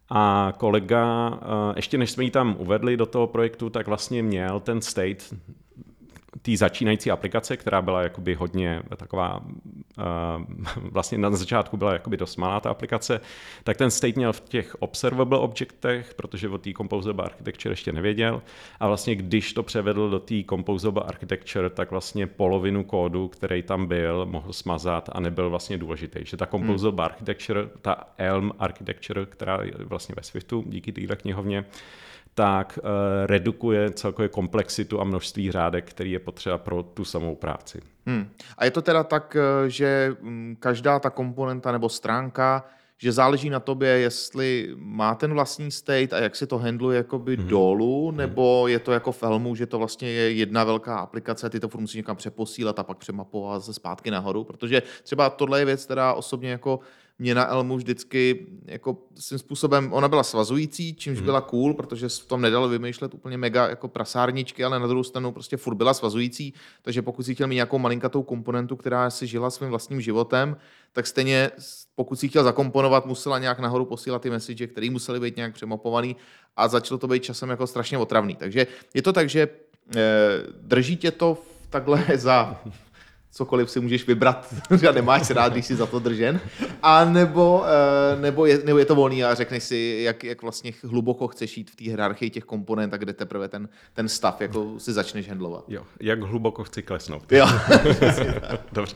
A kolega, ještě než jsme ji tam uvedli do toho projektu, tak vlastně měl ten state té začínající aplikace, která byla jakoby hodně taková, vlastně na začátku byla jakoby dost malá ta aplikace, tak ten state měl v těch observable objectech, protože o té composable architecture ještě nevěděl, a vlastně když to převedl do té composable architecture, tak vlastně polovinu kódu, který tam byl, mohl smazat a nebyl vlastně důležitý. Že ta composable hmm. architecture, ta Elm architecture, která je vlastně ve Swiftu díky téhle knihovně, tak uh, redukuje celkově komplexitu a množství řádek, který je potřeba pro tu samou práci. Hmm. A je to teda tak, že každá ta komponenta nebo stránka, že záleží na tobě, jestli má ten vlastní state a jak si to handluje jakoby hmm. dolů, nebo je to jako v Elmu, že to vlastně je jedna velká aplikace, ty to furt musíš někam přeposílat a pak přemapovat se zpátky nahoru, protože třeba tohle je věc, která osobně jako mě na Elmu vždycky jako svým způsobem, ona byla svazující, čímž hmm. byla cool, protože v tom nedalo vymýšlet úplně mega jako prasárničky, ale na druhou stranu prostě furt byla svazující, takže pokud si chtěl mít nějakou malinkatou komponentu, která si žila svým vlastním životem, tak stejně pokud si chtěl zakomponovat, musela nějak nahoru posílat ty message, které musely být nějak přemapovaný a začalo to být časem jako strašně otravný. Takže je to tak, že eh, drží tě to takhle za cokoliv si můžeš vybrat, že nemáš rád, když jsi za to držen, a nebo, nebo, je, nebo je to volný a řekneš si, jak, jak vlastně hluboko chceš jít v té hierarchii těch komponent a kde teprve ten, ten stav jako si začneš handlovat. Jo, jak hluboko chci klesnout. Jo. Dobře.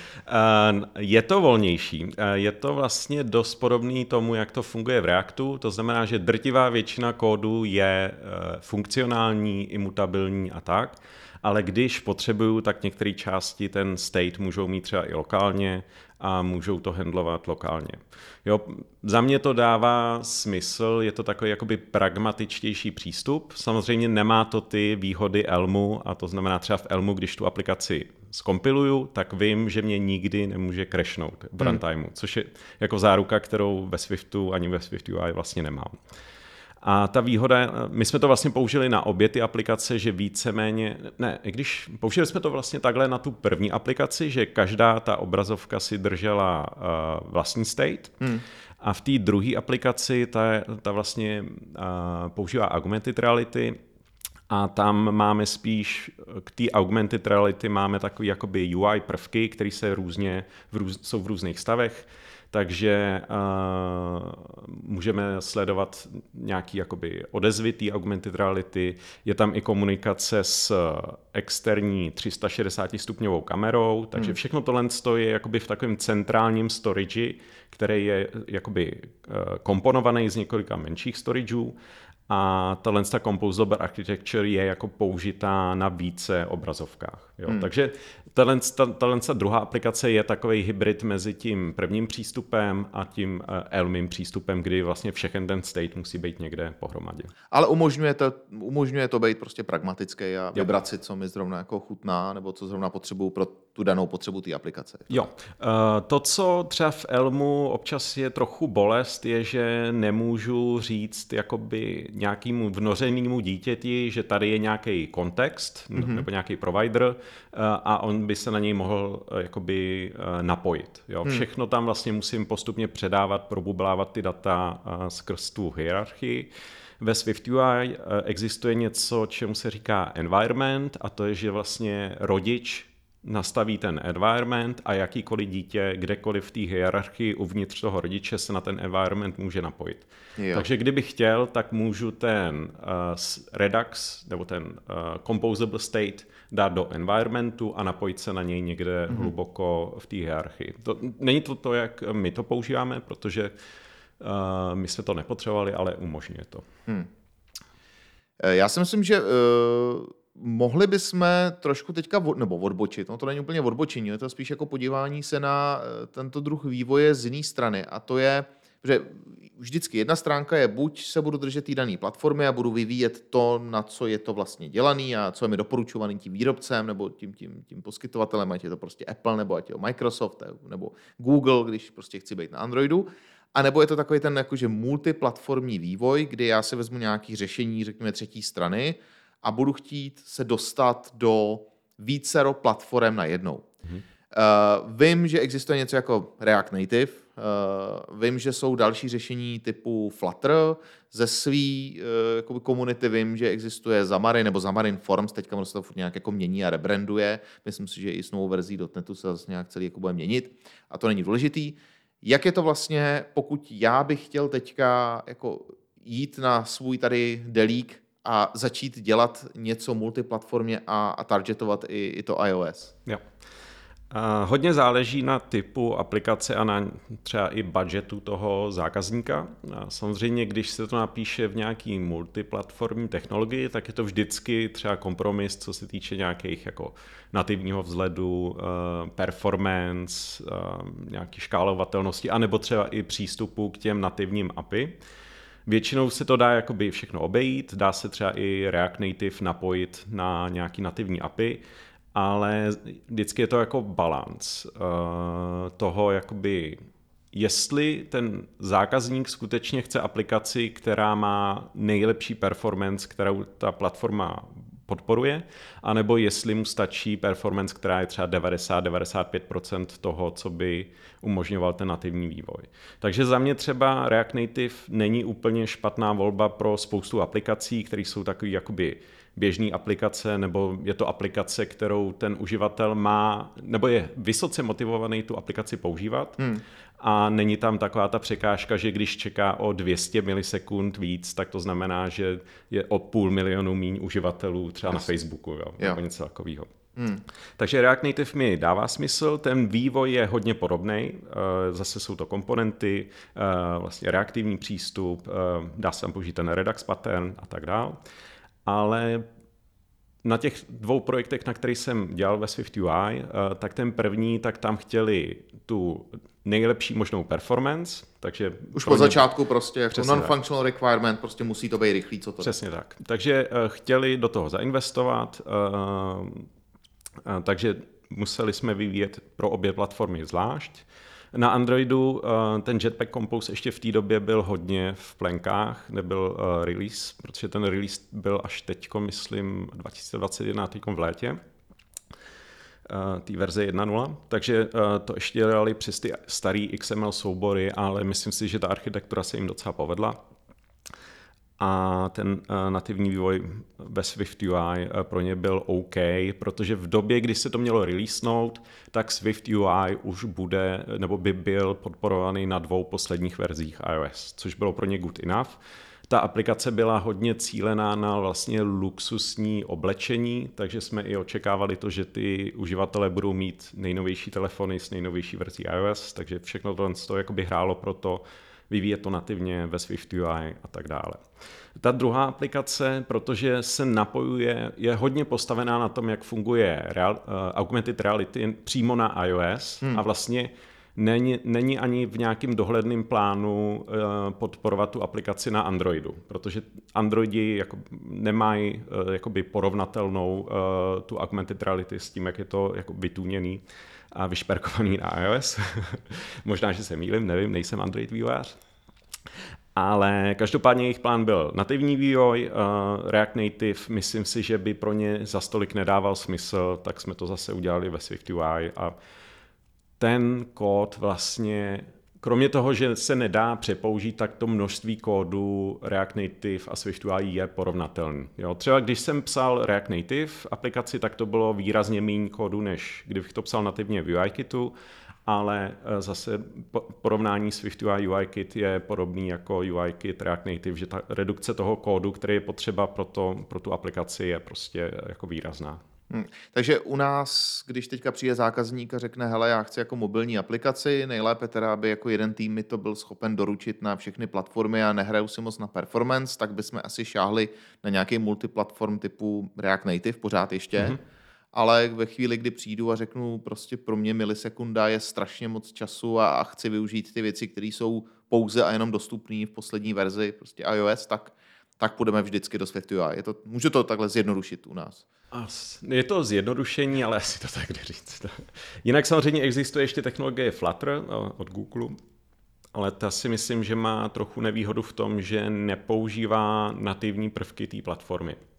Je to volnější. Je to vlastně dost podobný tomu, jak to funguje v Reactu. To znamená, že drtivá většina kódu je funkcionální, imutabilní a tak. Ale když potřebuju, tak některé části ten state můžou mít třeba i lokálně a můžou to handlovat lokálně. Jo, za mě to dává smysl, je to takový jakoby pragmatičtější přístup. Samozřejmě nemá to ty výhody Elmu, a to znamená třeba v Elmu, když tu aplikaci zkompiluju, tak vím, že mě nikdy nemůže crashnout v runtimeu, hmm. což je jako záruka, kterou ve Swiftu ani ve SwiftUI vlastně nemám. A ta výhoda, my jsme to vlastně použili na obě ty aplikace, že víceméně, ne, i když použili jsme to vlastně takhle na tu první aplikaci, že každá ta obrazovka si držela uh, vlastní state, hmm. a v té druhé aplikaci ta, ta vlastně uh, používá augmented reality, a tam máme spíš, k té augmented reality máme takový jakoby U I prvky, které se různě, v růz, jsou v různých stavech, takže uh, můžeme sledovat nějaký jakoby odezvy té augmented reality. Je tam i komunikace s externí tři sta šedesát stupňovou kamerou, takže všechno tohle je jakoby v takovém centrálním storage, který je jakoby uh, komponovaný z několika menších storageů. A tahle composable architecture je jako použitá na více obrazovkách. Jo? Hmm. Takže tahle, tahle druhá aplikace je takový hybrid mezi tím prvním přístupem a tím Elmím přístupem, kdy vlastně všechen ten state musí být někde pohromadě. Ale umožňuje to, umožňuje to být prostě pragmatický a vybrat si, co mi zrovna jako chutná, nebo co zrovna potřebuju pro tu danou potřebu té aplikace. Jo. To, co třeba v Elmu občas je trochu bolest, je, že nemůžu říct jakoby nějakému vnořenému dítěti, že tady je nějaký kontext mm-hmm. nebo nějaký provider a on by se na něj mohl jakoby napojit. Jo. Všechno tam vlastně musím postupně předávat, probublávat ty data skrz tu hierarchii. Ve SwiftUI existuje něco, čemu se říká environment, a to je, že vlastně rodič nastaví ten environment a jakýkoliv dítě, kdekoliv v té hierarchii uvnitř toho rodiče se na ten environment může napojit. Jo. Takže kdybych chtěl, tak můžu ten uh, Redux nebo ten uh, composable state dát do environmentu a napojit se na něj někde mm-hmm. hluboko v té hierarchii. To, není to to, jak my to používáme, protože uh, my jsme to nepotřebovali, ale umožňuje to. Hmm. Já si myslím, že uh... mohli bychom trošku teďka od, nebo odbočit, no to není úplně odbočení, je to spíš jako podívání se na tento druh vývoje z jiné strany, a to je, že vždycky jedna stránka je, buď se budu držet té dané platformy a budu vyvíjet to, na co je to vlastně dělaný a co je mi doporučovaný tím výrobcem nebo tím, tím, tím poskytovatelem, ať je to prostě Apple nebo ať je to Microsoft nebo Google, když prostě chci být na Androidu. A nebo je to takový ten jakože multiplatformní vývoj, kdy já si vezmu nějaké řešení, řekněme třetí strany, a budu chtít se dostat do vícero platform najednou. Mm-hmm. Uh, vím, že existuje něco jako React Native, uh, vím, že jsou další řešení typu Flutter, ze svý uh, komunity vím, že existuje Xamarin nebo Xamarin Forms, teďka se to furt nějak jako mění a rebranduje, myslím si, že i s novou verzí .NETu se zase nějak celý jako bude měnit a to není důležitý. Jak je to vlastně, pokud já bych chtěl teďka jako jít na svůj tady delík a začít dělat něco multiplatformě a, a targetovat i, i to iOS? Jo. A hodně záleží na typu aplikace a na třeba i budgetu toho zákazníka. A samozřejmě, když se to napíše v nějaký multiplatformní technologii, tak je to vždycky třeba kompromis, co se týče nějakých jako nativního vzhledu, performance, nějaké škálovatelnosti, anebo třeba i přístupu k těm nativním A P I. Většinou se to dá jakoby všechno obejít, dá se třeba i React Native napojit na nějaký nativní A P I, ale vždycky je to jako balance uh, toho, jakoby, jestli ten zákazník skutečně chce aplikaci, která má nejlepší performance, kterou ta platforma podporuje, anebo jestli mu stačí performance, která je třeba devadesát až devadesát pět procent toho, co by umožňoval ten nativní vývoj. Takže za mě třeba React Native není úplně špatná volba pro spoustu aplikací, které jsou takový jakoby běžný aplikace, nebo je to aplikace, kterou ten uživatel má, nebo je vysoce motivovaný tu aplikaci používat hmm. a není tam taková ta překážka, že když čeká o dvě stě milisekund víc, tak to znamená, že je o půl milionu míň uživatelů třeba yes. na Facebooku, jo, jo. nebo něco takového. Hmm. Takže React Native mi dává smysl, ten vývoj je hodně podobný, zase jsou to komponenty, vlastně reaktivní přístup, dá se tam použít ten Redux pattern a tak dále. Ale na těch dvou projektech, na kterých jsem dělal ve SwiftUI, tak ten první, tak tam chtěli tu nejlepší možnou performance, takže... Už po začátku prostě jako non-functional tak. requirement, prostě musí to být rychlý, co to Přesně tak. Takže chtěli do toho zainvestovat, takže museli jsme vyvíjet pro obě platformy zvlášť. Na Androidu ten Jetpack Compose ještě v té době byl hodně v plenkách, nebyl release, protože ten release byl až teďko, myslím, dva tisíce dvacet jedna, teďko v létě, té verze jedna tečka nula, takže to ještě dělali přes ty starý X M L soubory, ale myslím si, že ta architektura se jim docela povedla. A ten uh, nativní vývoj ve SwiftUI uh, pro ně byl OK, protože v době, kdy se to mělo releasenout, tak SwiftUI už bude, nebo by byl podporovaný na dvou posledních verzích iOS, což bylo pro ně good enough. Ta aplikace byla hodně cílená na vlastně luxusní oblečení, takže jsme i očekávali to, že ty uživatelé budou mít nejnovější telefony s nejnovější verzí iOS, takže všechno to, to jakoby hrálo pro to, vyvíjet to nativně ve SwiftUI a tak dále. Ta druhá aplikace, protože se napojuje, je hodně postavená na tom, jak funguje real, uh, augmented reality přímo na iOS hmm. a vlastně není, není ani v nějakém dohledném plánu uh, podporovat tu aplikaci na Androidu, protože Androidi jako nemají uh, jakoby porovnatelnou uh, tu augmented reality s tím, jak je to jako vytůněný a vyšperkovaný na iOS. Možná, že se mýlím, nevím, nejsem Android vývojář. Ale každopádně jejich plán byl nativní vývoj, uh, React Native, myslím si, že by pro ně za stolik nedával smysl, tak jsme to zase udělali ve SwiftUI a ten kód vlastně, kromě toho, že se nedá přepoužít, tak to množství kódu React Native a SwiftUI je porovnatelný. Jo, třeba když jsem psal React Native aplikaci, tak to bylo výrazně méně kódu, než kdybych to psal nativně v UIKitu, ale zase porovnání SwiftUI UIKit je podobný jako UIKit React Native, že ta redukce toho kódu, který je potřeba pro, to, pro tu aplikaci, je prostě jako výrazná. Hmm. Takže u nás, když teďka přijde zákazník a řekne, hele, já chci jako mobilní aplikaci, nejlépe teda, aby jako jeden tým mi to byl schopen doručit na všechny platformy a nehraju si moc na performance, tak bychom asi šáhli na nějaký multiplatform typu React Native pořád ještě. Mm-hmm. Ale ve chvíli, kdy přijdu a řeknu, prostě pro mě milisekunda je strašně moc času a, a chci využít ty věci, které jsou pouze a jenom dostupné v poslední verzi, prostě iOS, tak, tak půjdeme vždycky do SwiftUI. Je to, můžu to takhle zjednodušit u nás. Je to zjednodušení, ale asi to tak neříct. Jinak samozřejmě existuje ještě technologie Flutter od Google, ale ta si myslím, že má trochu nevýhodu v tom, že nepoužívá nativní prvky té platformy.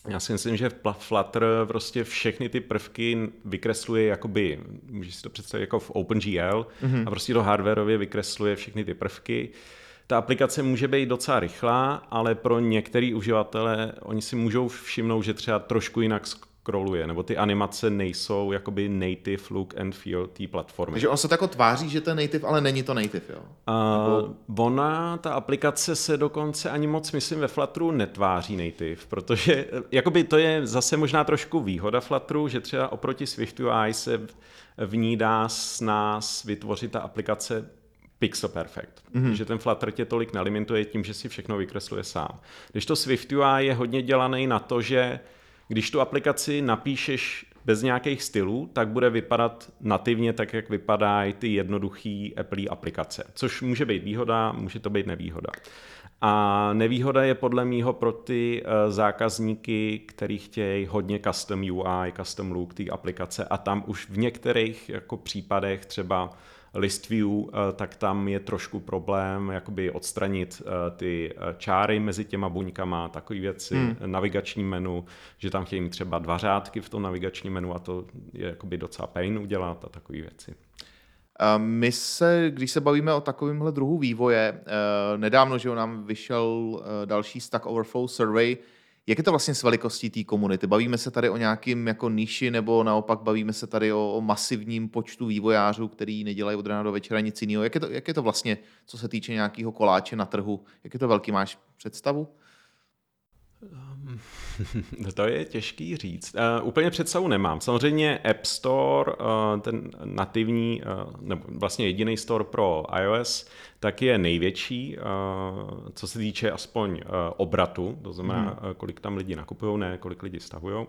Já si myslím, že Flutter prostě všechny ty prvky vykresluje jakoby, můžeš si to představit jako v OpenGL mm-hmm. a prostě to hardwareově vykresluje všechny ty prvky. Ta aplikace může být docela rychlá, ale pro některý uživatele oni si můžou všimnout, že třeba trošku jinak scrolluje, nebo ty animace nejsou jakoby native look and feel té platformy. Takže on se tako tváří, že to je native, ale není to native, jo? Uh, ona, ta aplikace se dokonce ani moc, myslím, ve Flutteru netváří native, protože jakoby to je zase možná trošku výhoda Flutteru, že třeba oproti SwiftUI se v ní dá s nás vytvořit ta aplikace pixel perfect. Mm-hmm. Že ten Flutter tě tolik nelimituje tím, že si všechno vykresluje sám. Když to SwiftUI je hodně dělaný na to, že když tu aplikaci napíšeš bez nějakých stylů, tak bude vypadat nativně tak, jak vypadají ty jednoduché Apple aplikace. Což může být výhoda, může to být nevýhoda. A nevýhoda je podle mýho pro ty uh, zákazníky, kteří chtějí hodně custom U I, custom look té aplikace a tam už v některých jako případech třeba list view, tak tam je trošku problém jakoby odstranit ty čáry mezi těma buňkama, takové věci, hmm. navigační menu, že tam chtějí mít třeba dva řádky v tom navigačním menu a to je jakoby docela pain udělat a takové věci. My se, když se bavíme o takovémhle druhu vývoje, nedávno, že nám vyšel další Stack Overflow survey, jak je to vlastně s velikostí té komunity? Bavíme se tady o nějakým jako niši, nebo naopak bavíme se tady o, o masivním počtu vývojářů, který nedělají od rána do večera nic jiného? Jak je to, jak je to vlastně, co se týče nějakého koláče na trhu? Jak je to velký? Máš představu? Um, to je těžký říct. Uh, úplně představu nemám. Samozřejmě App Store, uh, ten nativní, uh, nebo vlastně jediný store pro iOS, tak je největší, uh, co se týče aspoň uh, obratu, to znamená, hmm. uh, kolik tam lidi nakupují, ne kolik lidi stahují.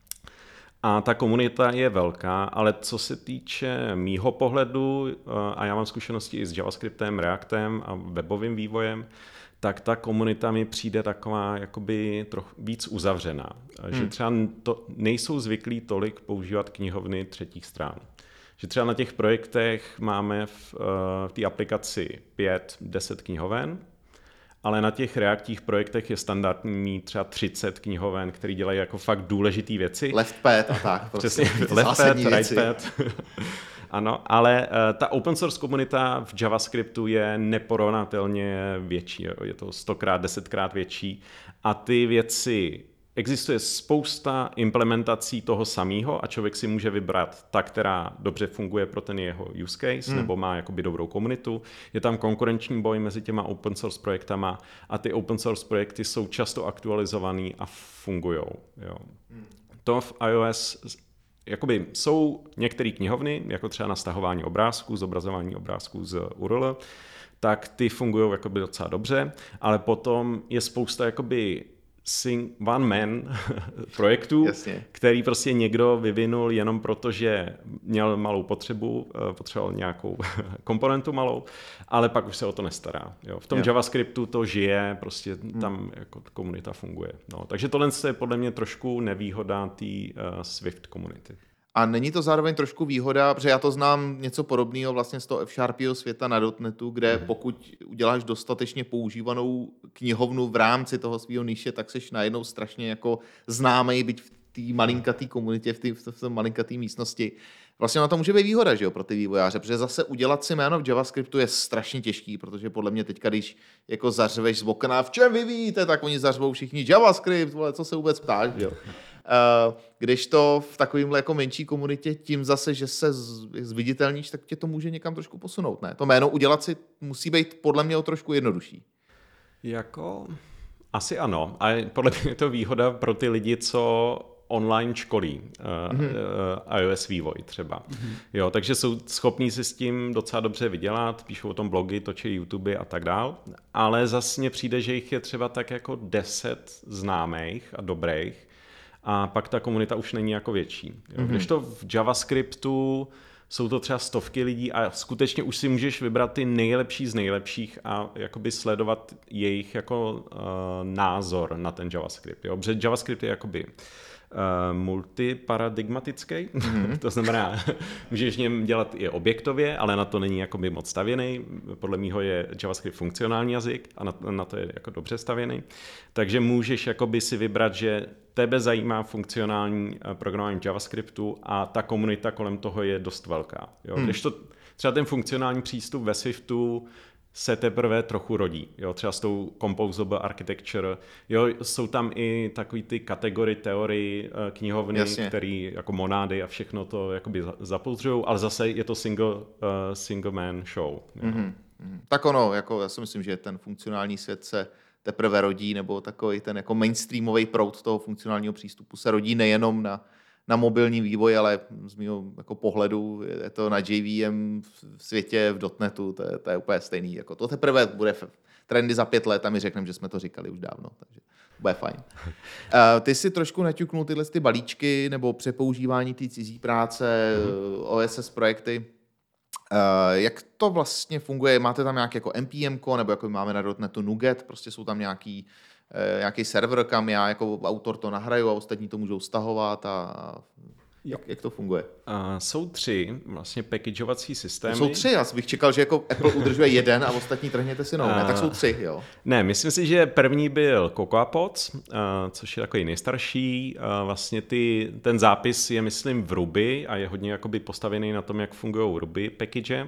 A ta komunita je velká, ale co se týče mýho pohledu, uh, a já mám zkušenosti i s JavaScriptem, Reactem a webovým vývojem, tak ta komunita mi přijde taková jakoby trochu víc uzavřená. Hmm. Že třeba to, nejsou zvyklí tolik používat knihovny třetích stran. Že třeba na těch projektech máme v, v té aplikaci pět deset knihoven, ale na těch reaktních projektech je standardní mít třeba třicet knihoven, které dělají jako fakt důležitý věci. Left pad a tak. Přesně, left pad, right pad. Ano, ale uh, ta open source komunita v JavaScriptu je neporovnatelně větší. Je to stokrát, desetkrát větší. A ty věci, existuje spousta implementací toho samého a člověk si může vybrat ta, která dobře funguje pro ten jeho use case, hmm. nebo má jakoby dobrou komunitu. Je tam konkurenční boj mezi těma open source projektama a ty open source projekty jsou často aktualizovaný a fungujou. Jo. Hmm. To v iOS jakoby jsou některé knihovny, jako třeba na stahování obrázků, zobrazování obrázků z U R L, tak ty fungují jakoby docela dobře, ale potom je spousta jakoby one man projektů, Jasně. který prostě někdo vyvinul jenom proto, že měl malou potřebu, potřeboval nějakou komponentu malou, ale pak už se o to nestará. Jo. V tom jo. JavaScriptu to žije, prostě hmm. tam jako komunita funguje. No, takže tohle je podle mě trošku nevýhoda té uh, Swift komunity. A není to zároveň trošku výhoda, protože já to znám něco podobného vlastně z toho F-Sharpyho světa na dotnetu, kde mm. pokud uděláš dostatečně používanou knihovnu v rámci toho svého niše, tak seš najednou strašně jako známej, byť v té malinkatý komunitě, v té v té malinkatý místnosti. Vlastně na to může být výhoda, že jo, pro ty vývojáře, protože zase udělat si jméno v JavaScriptu je strašně těžký, protože podle mě teďka, když jako zařveš z okna, v čem vy víte, tak oni zařvou všichni JavaScript, vole, co se vůbec ptáš, jo. Uh, když to v takovémhle jako menší komunitě, tím zase, že se zviditelníš, tak tě to může někam trošku posunout, ne? To jméno udělat si musí být podle mě o trošku jednodušší. Jako, asi ano. A podle mě je to výhoda pro ty lidi, co online školí uh, mm-hmm. uh, iOS vývoj třeba. Mm-hmm. Jo, takže jsou schopní si s tím docela dobře vydělat, píšou o tom blogy, točí YouTube a tak dál, ale zase mně přijde, že jich je třeba tak jako deset známých a dobrých, a pak ta komunita už není jako větší. Jo. Mm-hmm. Když to v JavaScriptu jsou to třeba stovky lidí a skutečně už si můžeš vybrat ty nejlepší z nejlepších a jakoby sledovat jejich jako uh, názor na ten JavaScript. Jo. Protože JavaScript je jakoby uh, multiparadigmatický, mm-hmm. to znamená, můžeš v něm dělat i objektově, ale na to není jakoby moc stavěný. Podle mýho je JavaScript funkcionální jazyk a na, na to je jako dobře stavěný. Takže můžeš jakoby si vybrat, že tebe zajímá funkcionální programování JavaScriptu a ta komunita kolem toho je dost velká. Jo? Mm. Když to třeba ten funkcionální přístup ve Swiftu se teprve trochu rodí. Jo? Třeba s tou composable architecture. Jo? Jsou tam i takový ty kategorie teorii knihovny, které jako monády a všechno to jakoby zapouzřujou, ale zase je to single, uh, single man show. Mm-hmm. Tak ono, jako já si myslím, že ten funkcionální svět se teprve rodí, nebo takový ten jako mainstreamový proud toho funkcionálního přístupu se rodí nejenom na na mobilní vývoj, ale z mého jako pohledu je to na J V M v světě, v dotnetu, to je, to je úplně stejný. Jako to teprve bude trendy za pět let a my řekneme, že jsme to říkali už dávno, takže bude fajn. Uh, ty si trošku naťuknul tyhle ty balíčky nebo přepoužívání té cizí práce, mm-hmm. O S S projekty. Uh, jak to vlastně funguje? Máte tam nějaké jako N P M ko, nebo jako máme na dotnetu Nuget, prostě jsou tam nějaký nějaký server, kam já jako autor to nahraju a ostatní to můžou stahovat a jak, jak to funguje? Uh, jsou tři vlastně packageovací systémy. Jsou tři, já bych čekal, že jako Apple udržuje jeden a ostatní trhněte si novou. Uh, ne, tak jsou tři, jo. Ne, myslím si, že první byl CocoaPods, uh, což je takový nejstarší. Uh, vlastně ty, ten zápis je, myslím, v Ruby a je hodně jakoby postavený na tom, jak fungují Ruby package.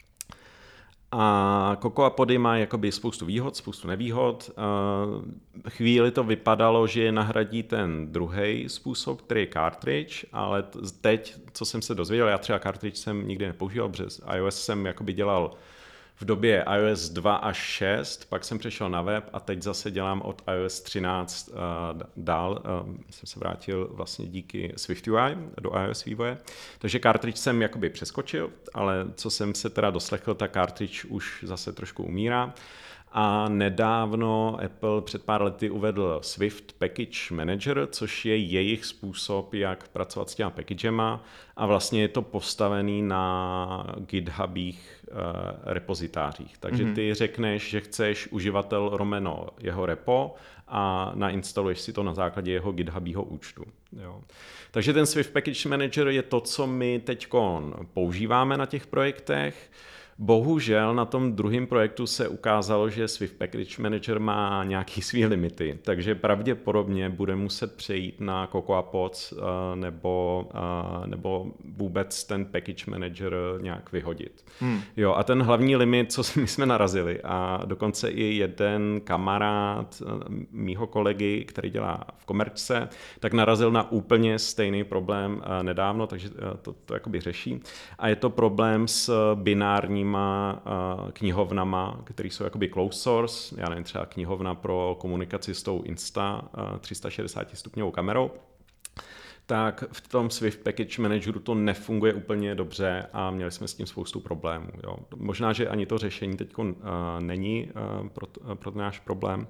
A CocoaPody má jakoby spoustu výhod, spoustu nevýhod. Chvíli to vypadalo, že je nahradí ten druhý způsob, který je cartridge, ale teď, co jsem se dozvěděl, já třeba cartridge jsem nikdy nepoužíval, protože iOS jsem jakoby dělal v době iOS dva až šest, pak jsem přešel na web a teď zase dělám od iOS třináct uh, dál. Uh, jsem se vrátil vlastně díky SwiftUI do iOS vývoje. Takže cartridge jsem jakoby přeskočil, ale co jsem se teda doslechl, tak cartridge už zase trošku umírá. A nedávno Apple před pár lety uvedl Swift Package Manager, což je jejich způsob, jak pracovat s těma packagema a vlastně je to postavený na GitHubích uh, repozitářích. Takže mm-hmm. ty řekneš, že chceš uživatel Romano jeho repo a nainstaluješ si to na základě jeho GitHubího účtu. Jo. Takže ten Swift Package Manager je to, co my teďkon používáme na těch projektech. Bohužel na tom druhém projektu se ukázalo, že Swift Package Manager má nějaký svý limity, takže pravděpodobně bude muset přejít na CocoaPods nebo, nebo vůbec ten Package Manager nějak vyhodit. Hmm. Jo, a ten hlavní limit, co my jsme narazili, a dokonce i jeden kamarád mýho kolegy, který dělá v komerčce, tak narazil na úplně stejný problém nedávno, takže to, to jakoby řeší. A je to problém s binárním knihovnama, které jsou jakoby closed source, já nevím, třeba knihovna pro komunikaci s tou Insta tři sta šedesát stupňovou kamerou, tak v tom Swift Package Manageru to nefunguje úplně dobře a měli jsme s tím spoustu problémů. Jo. Možná, že ani to řešení teď uh, není uh, pro, uh, pro náš problém.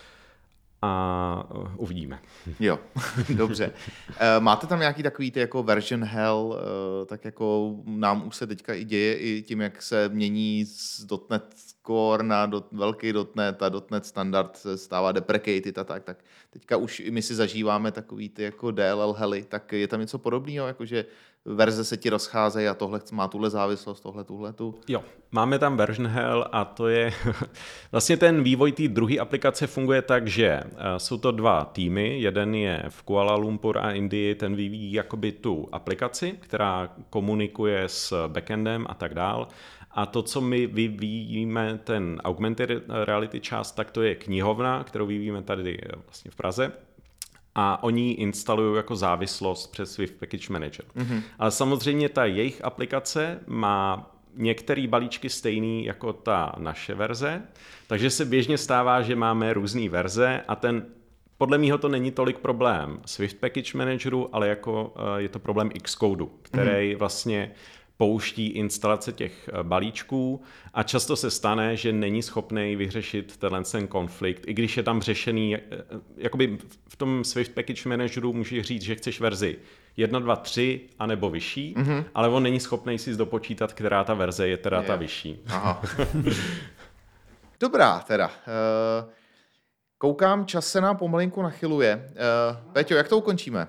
A uvidíme. Jo, dobře. Máte tam nějaký takový ty jako version hell, tak jako nám už se teďka i děje i tím, jak se mění z .NET Core na dot, velký .NET a .NET standard se stává deprecated a tak, tak teďka už i my si zažíváme takový ty jako D L L helly, tak je tam něco podobného, jakože verze se ti rozcházejí a tohle má tuhle závislost, tohle, tuhle, tu. Jo, máme tam version hell a to je vlastně ten vývoj té druhé aplikace funguje tak, že jsou to dva týmy, jeden je v Kuala Lumpur a Indii, ten vyvíjí jakoby tu aplikaci, která komunikuje s backendem a tak dál. A to, co my vyvíjíme, ten augmented reality část, tak to je knihovna, kterou vyvíjíme tady vlastně v Praze. A oni ji instalují jako závislost přes Swift Package Manager. Mm-hmm. Ale samozřejmě ta jejich aplikace má některé balíčky stejný jako ta naše verze, takže se běžně stává, že máme různé verze a ten, podle mýho to není tolik problém Swift Package Manageru, ale jako je to problém Xcode, který mm-hmm. vlastně pouští instalace těch balíčků a často se stane, že není schopný vyřešit tenhle ten konflikt, i když je tam řešený, jakoby v tom Swift Package Manageru můžeš říct, že chceš verzi jedna, dva, tři a nebo vyšší, mm-hmm. ale on není schopný si dopočítat, která ta verze je teda je. ta vyšší. Aha. Dobrá teda. Koukám, čas se nám pomalinku nachyluje. Péťo, jak to ukončíme?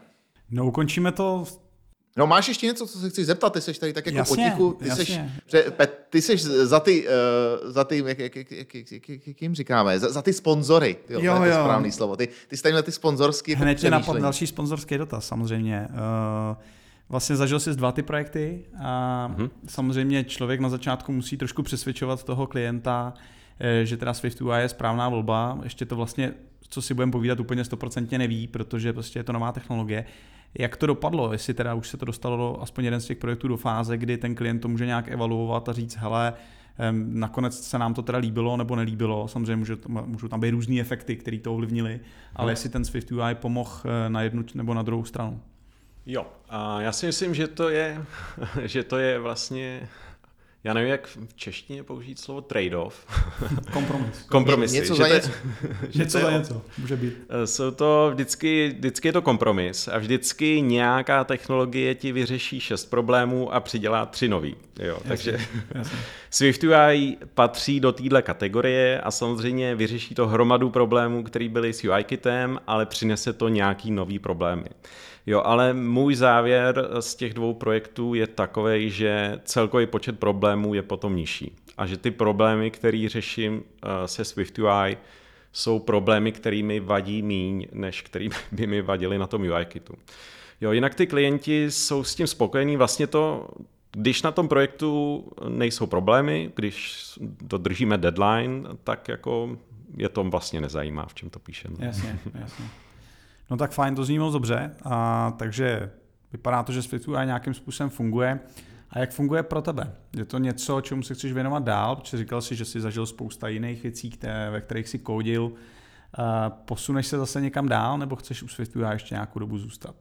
No ukončíme to... No máš ještě něco, co se chci zeptat, ty seš tady tak jako Jasně, potichu, ty jasně. seš, pře- Pet, ty seš za ty, uh, za ty, jak, jak, jak, jak, jak, jak, jak jim říkáme, za, za ty sponzory, jo, Jo, to je to jo. správný slovo, ty, ty jsi tady na ty sponzorský jako Hned tě napadl přemýšlení. další sponzorský dotaz, samozřejmě. Uh, vlastně zažil jsi dva ty projekty a Mhm. samozřejmě člověk na začátku musí trošku přesvědčovat toho klienta, eh, že teda Swift U I je správná volba. Ještě to vlastně, co si budeme povídat, úplně stoprocentně neví, protože prostě je to nová technologie. Jak to dopadlo? Jestli teda už se to dostalo do aspoň jeden z těch projektů do fáze, kdy ten klient to může nějak evaluovat a říct, hele, em, nakonec se nám to teda líbilo nebo nelíbilo. Samozřejmě může, můžou tam být různý efekty, které to ovlivnili, ale jestli ten Swift U I pomohl eh, na jednu nebo na druhou stranu. Jo, a já si myslím, že to je, že to je vlastně, já nevím, jak v češtině použít slovo trade-off. Kompromis. Kompromisy. Něco že za to je- něco. že Něco to za je- něco, může být. Jsou to vždycky, vždycky je to kompromis a vždycky nějaká technologie ti vyřeší šest problémů a přidělá tři nový. Jo, takže Jasně. Swift U I patří do téhle kategorie a samozřejmě vyřeší to hromadu problémů, které byly s U I kitem, ale přinese to nějaký nový problémy. Jo, ale můj závěr z těch dvou projektů je takovej, že celkový počet problémů je potom nižší. A že ty problémy, které řeším uh, se Swift U I, jsou problémy, které mi vadí míň, než který by mi vadily na tom U I kitu. Jo, jinak ty klienti jsou s tím spokojení. Vlastně to, když na tom projektu nejsou problémy, když dodržíme deadline, tak jako je to vlastně nezajímá, v čem to píšeme. Jasně, jasně. No tak fajn, to zní moc dobře, a takže vypadá to, že Swift U I nějakým způsobem funguje. A jak funguje pro tebe? Je to něco, čemu se chceš věnovat dál? Protože říkal jsi, že jsi zažil spousta jiných věcí, které, ve kterých jsi kódil. Uh, posuneš se zase někam dál, nebo chceš u Swift U I ještě nějakou dobu zůstat?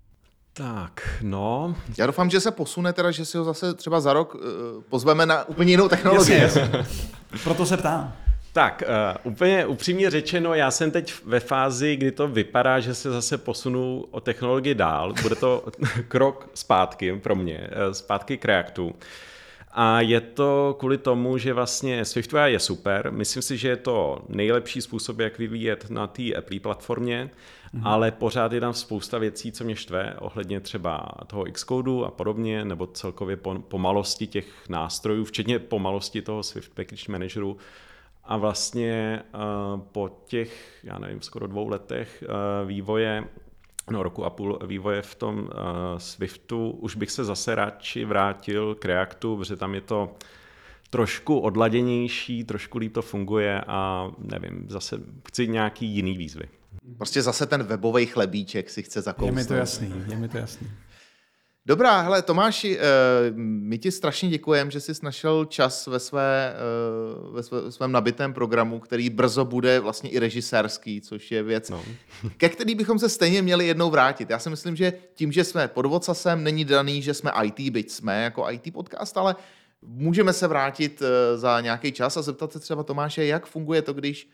Tak, no, Já doufám, že se posune teda, že si ho zase třeba za rok uh, pozveme na úplně jinou technologii. Jasně, jasně. Proto se ptám. Tak, uh, úplně upřímně řečeno, já jsem teď ve fázi, kdy to vypadá, že se zase posunu o technologii dál. Bude to krok zpátky pro mě, zpátky k Reactu. A je to kvůli tomu, že vlastně Swift U I je super. Myslím si, že je to nejlepší způsob, jak vyvíjet na té Apple platformě, mm-hmm. ale pořád je tam spousta věcí, co mě štve, ohledně třeba toho Xcodu a podobně, nebo celkově pomalosti těch nástrojů, včetně pomalosti toho Swift Package Manageru. A vlastně uh, po těch, já nevím, skoro dvou letech uh, vývoje, no roku a půl vývoje v tom uh, Swiftu, už bych se zase radši vrátil k Reactu, protože tam je to trošku odladěnější, trošku líp to funguje a nevím, zase chci nějaký jiný výzvy. Prostě zase ten webový chlebíček si chce zakousnout. Je mi to jasný, je mi to jasný. Dobrá, hele Tomáši, my ti strašně děkujeme, že jsi našel čas ve, své, ve, své, ve svém nabitém programu, který brzo bude vlastně i režisérský, což je věc, no. ke který bychom se stejně měli jednou vrátit. Já si myslím, že tím, že jsme pod Vocasem, není daný, že jsme í té, byť jsme jako í té podcast, ale můžeme se vrátit za nějaký čas a zeptat se třeba Tomáše, jak funguje to, když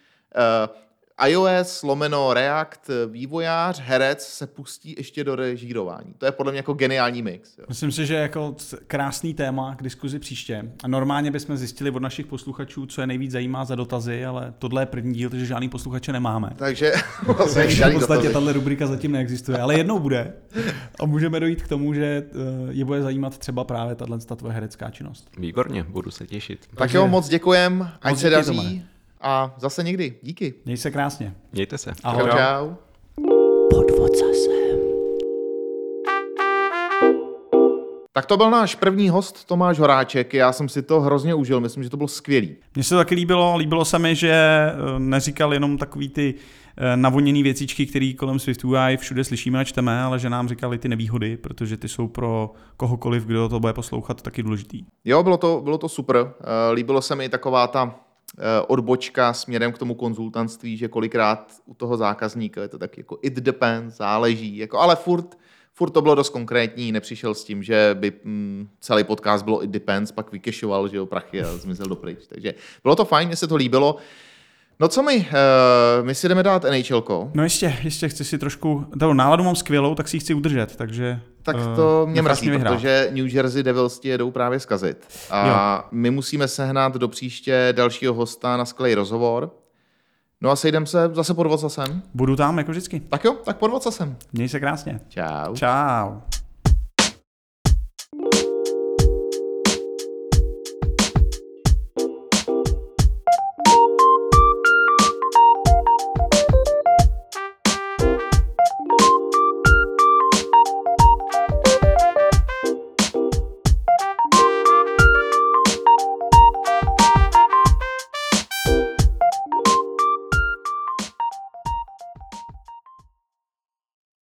iOS, lomeno React, vývojář, herec se pustí ještě do režírování. To je podle mě jako geniální mix. Jo. Myslím si, že jako krásný téma k diskuzi příště. A normálně bychom zjistili od našich posluchačů, co je nejvíc zajímá za dotazy, ale tohle je první díl, takže žádný posluchače nemáme. Takže Takže v podstatě tahle rubrika zatím neexistuje, ale jednou bude. A můžeme dojít k tomu, že je bude zajímat třeba právě tato tvoje herecká činnost. Výborně, budu se těšit. Tak Takže jo, moc děkujem, ať moc se díky, daří Tomane. a zase někdy. Díky. Měj se krásně. Mějte se. Ahoj. Čau, čau. Pod Vocasem. Tak to byl náš první host Tomáš Horáček. Já jsem si to hrozně užil, myslím, že to bylo skvělý. Mně se to taky líbilo, líbilo se mi, že neříkal jenom takový ty navoněný věcičky, které kolem Swift U I všude slyšíme a čteme, ale že nám říkali ty nevýhody, protože ty jsou pro kohokoliv, kdo to bude poslouchat, taky důležitý. Jo, bylo to, bylo to super. Líbilo se mi i taková ta odbočka směrem k tomu konzultantství, že kolikrát u toho zákazníka je to tak jako it depends, záleží, jako, ale furt, furt to bylo dost konkrétní, nepřišel s tím, že by mm, celý podcast bylo it depends, pak vykešoval, že jo, prachy a zmizel dopryč. Takže bylo to fajn, mně se to líbilo. No co my, uh, my si jdeme dát NHLko. No jistě, jistě chci si trošku, toho náladu mám skvělou, tak si ji chci udržet, takže... Tak to uh, mě mrazí, vyhrát. protože New Jersey Devils ti jedou právě zkazit. A jo. My musíme sehnat do příště dalšího hosta na skvělý rozhovor. No a sejdem se zase pod vocasem. Budu tam jako vždycky. Tak jo, tak pod vocasem. Měj se krásně. Čau. Čau.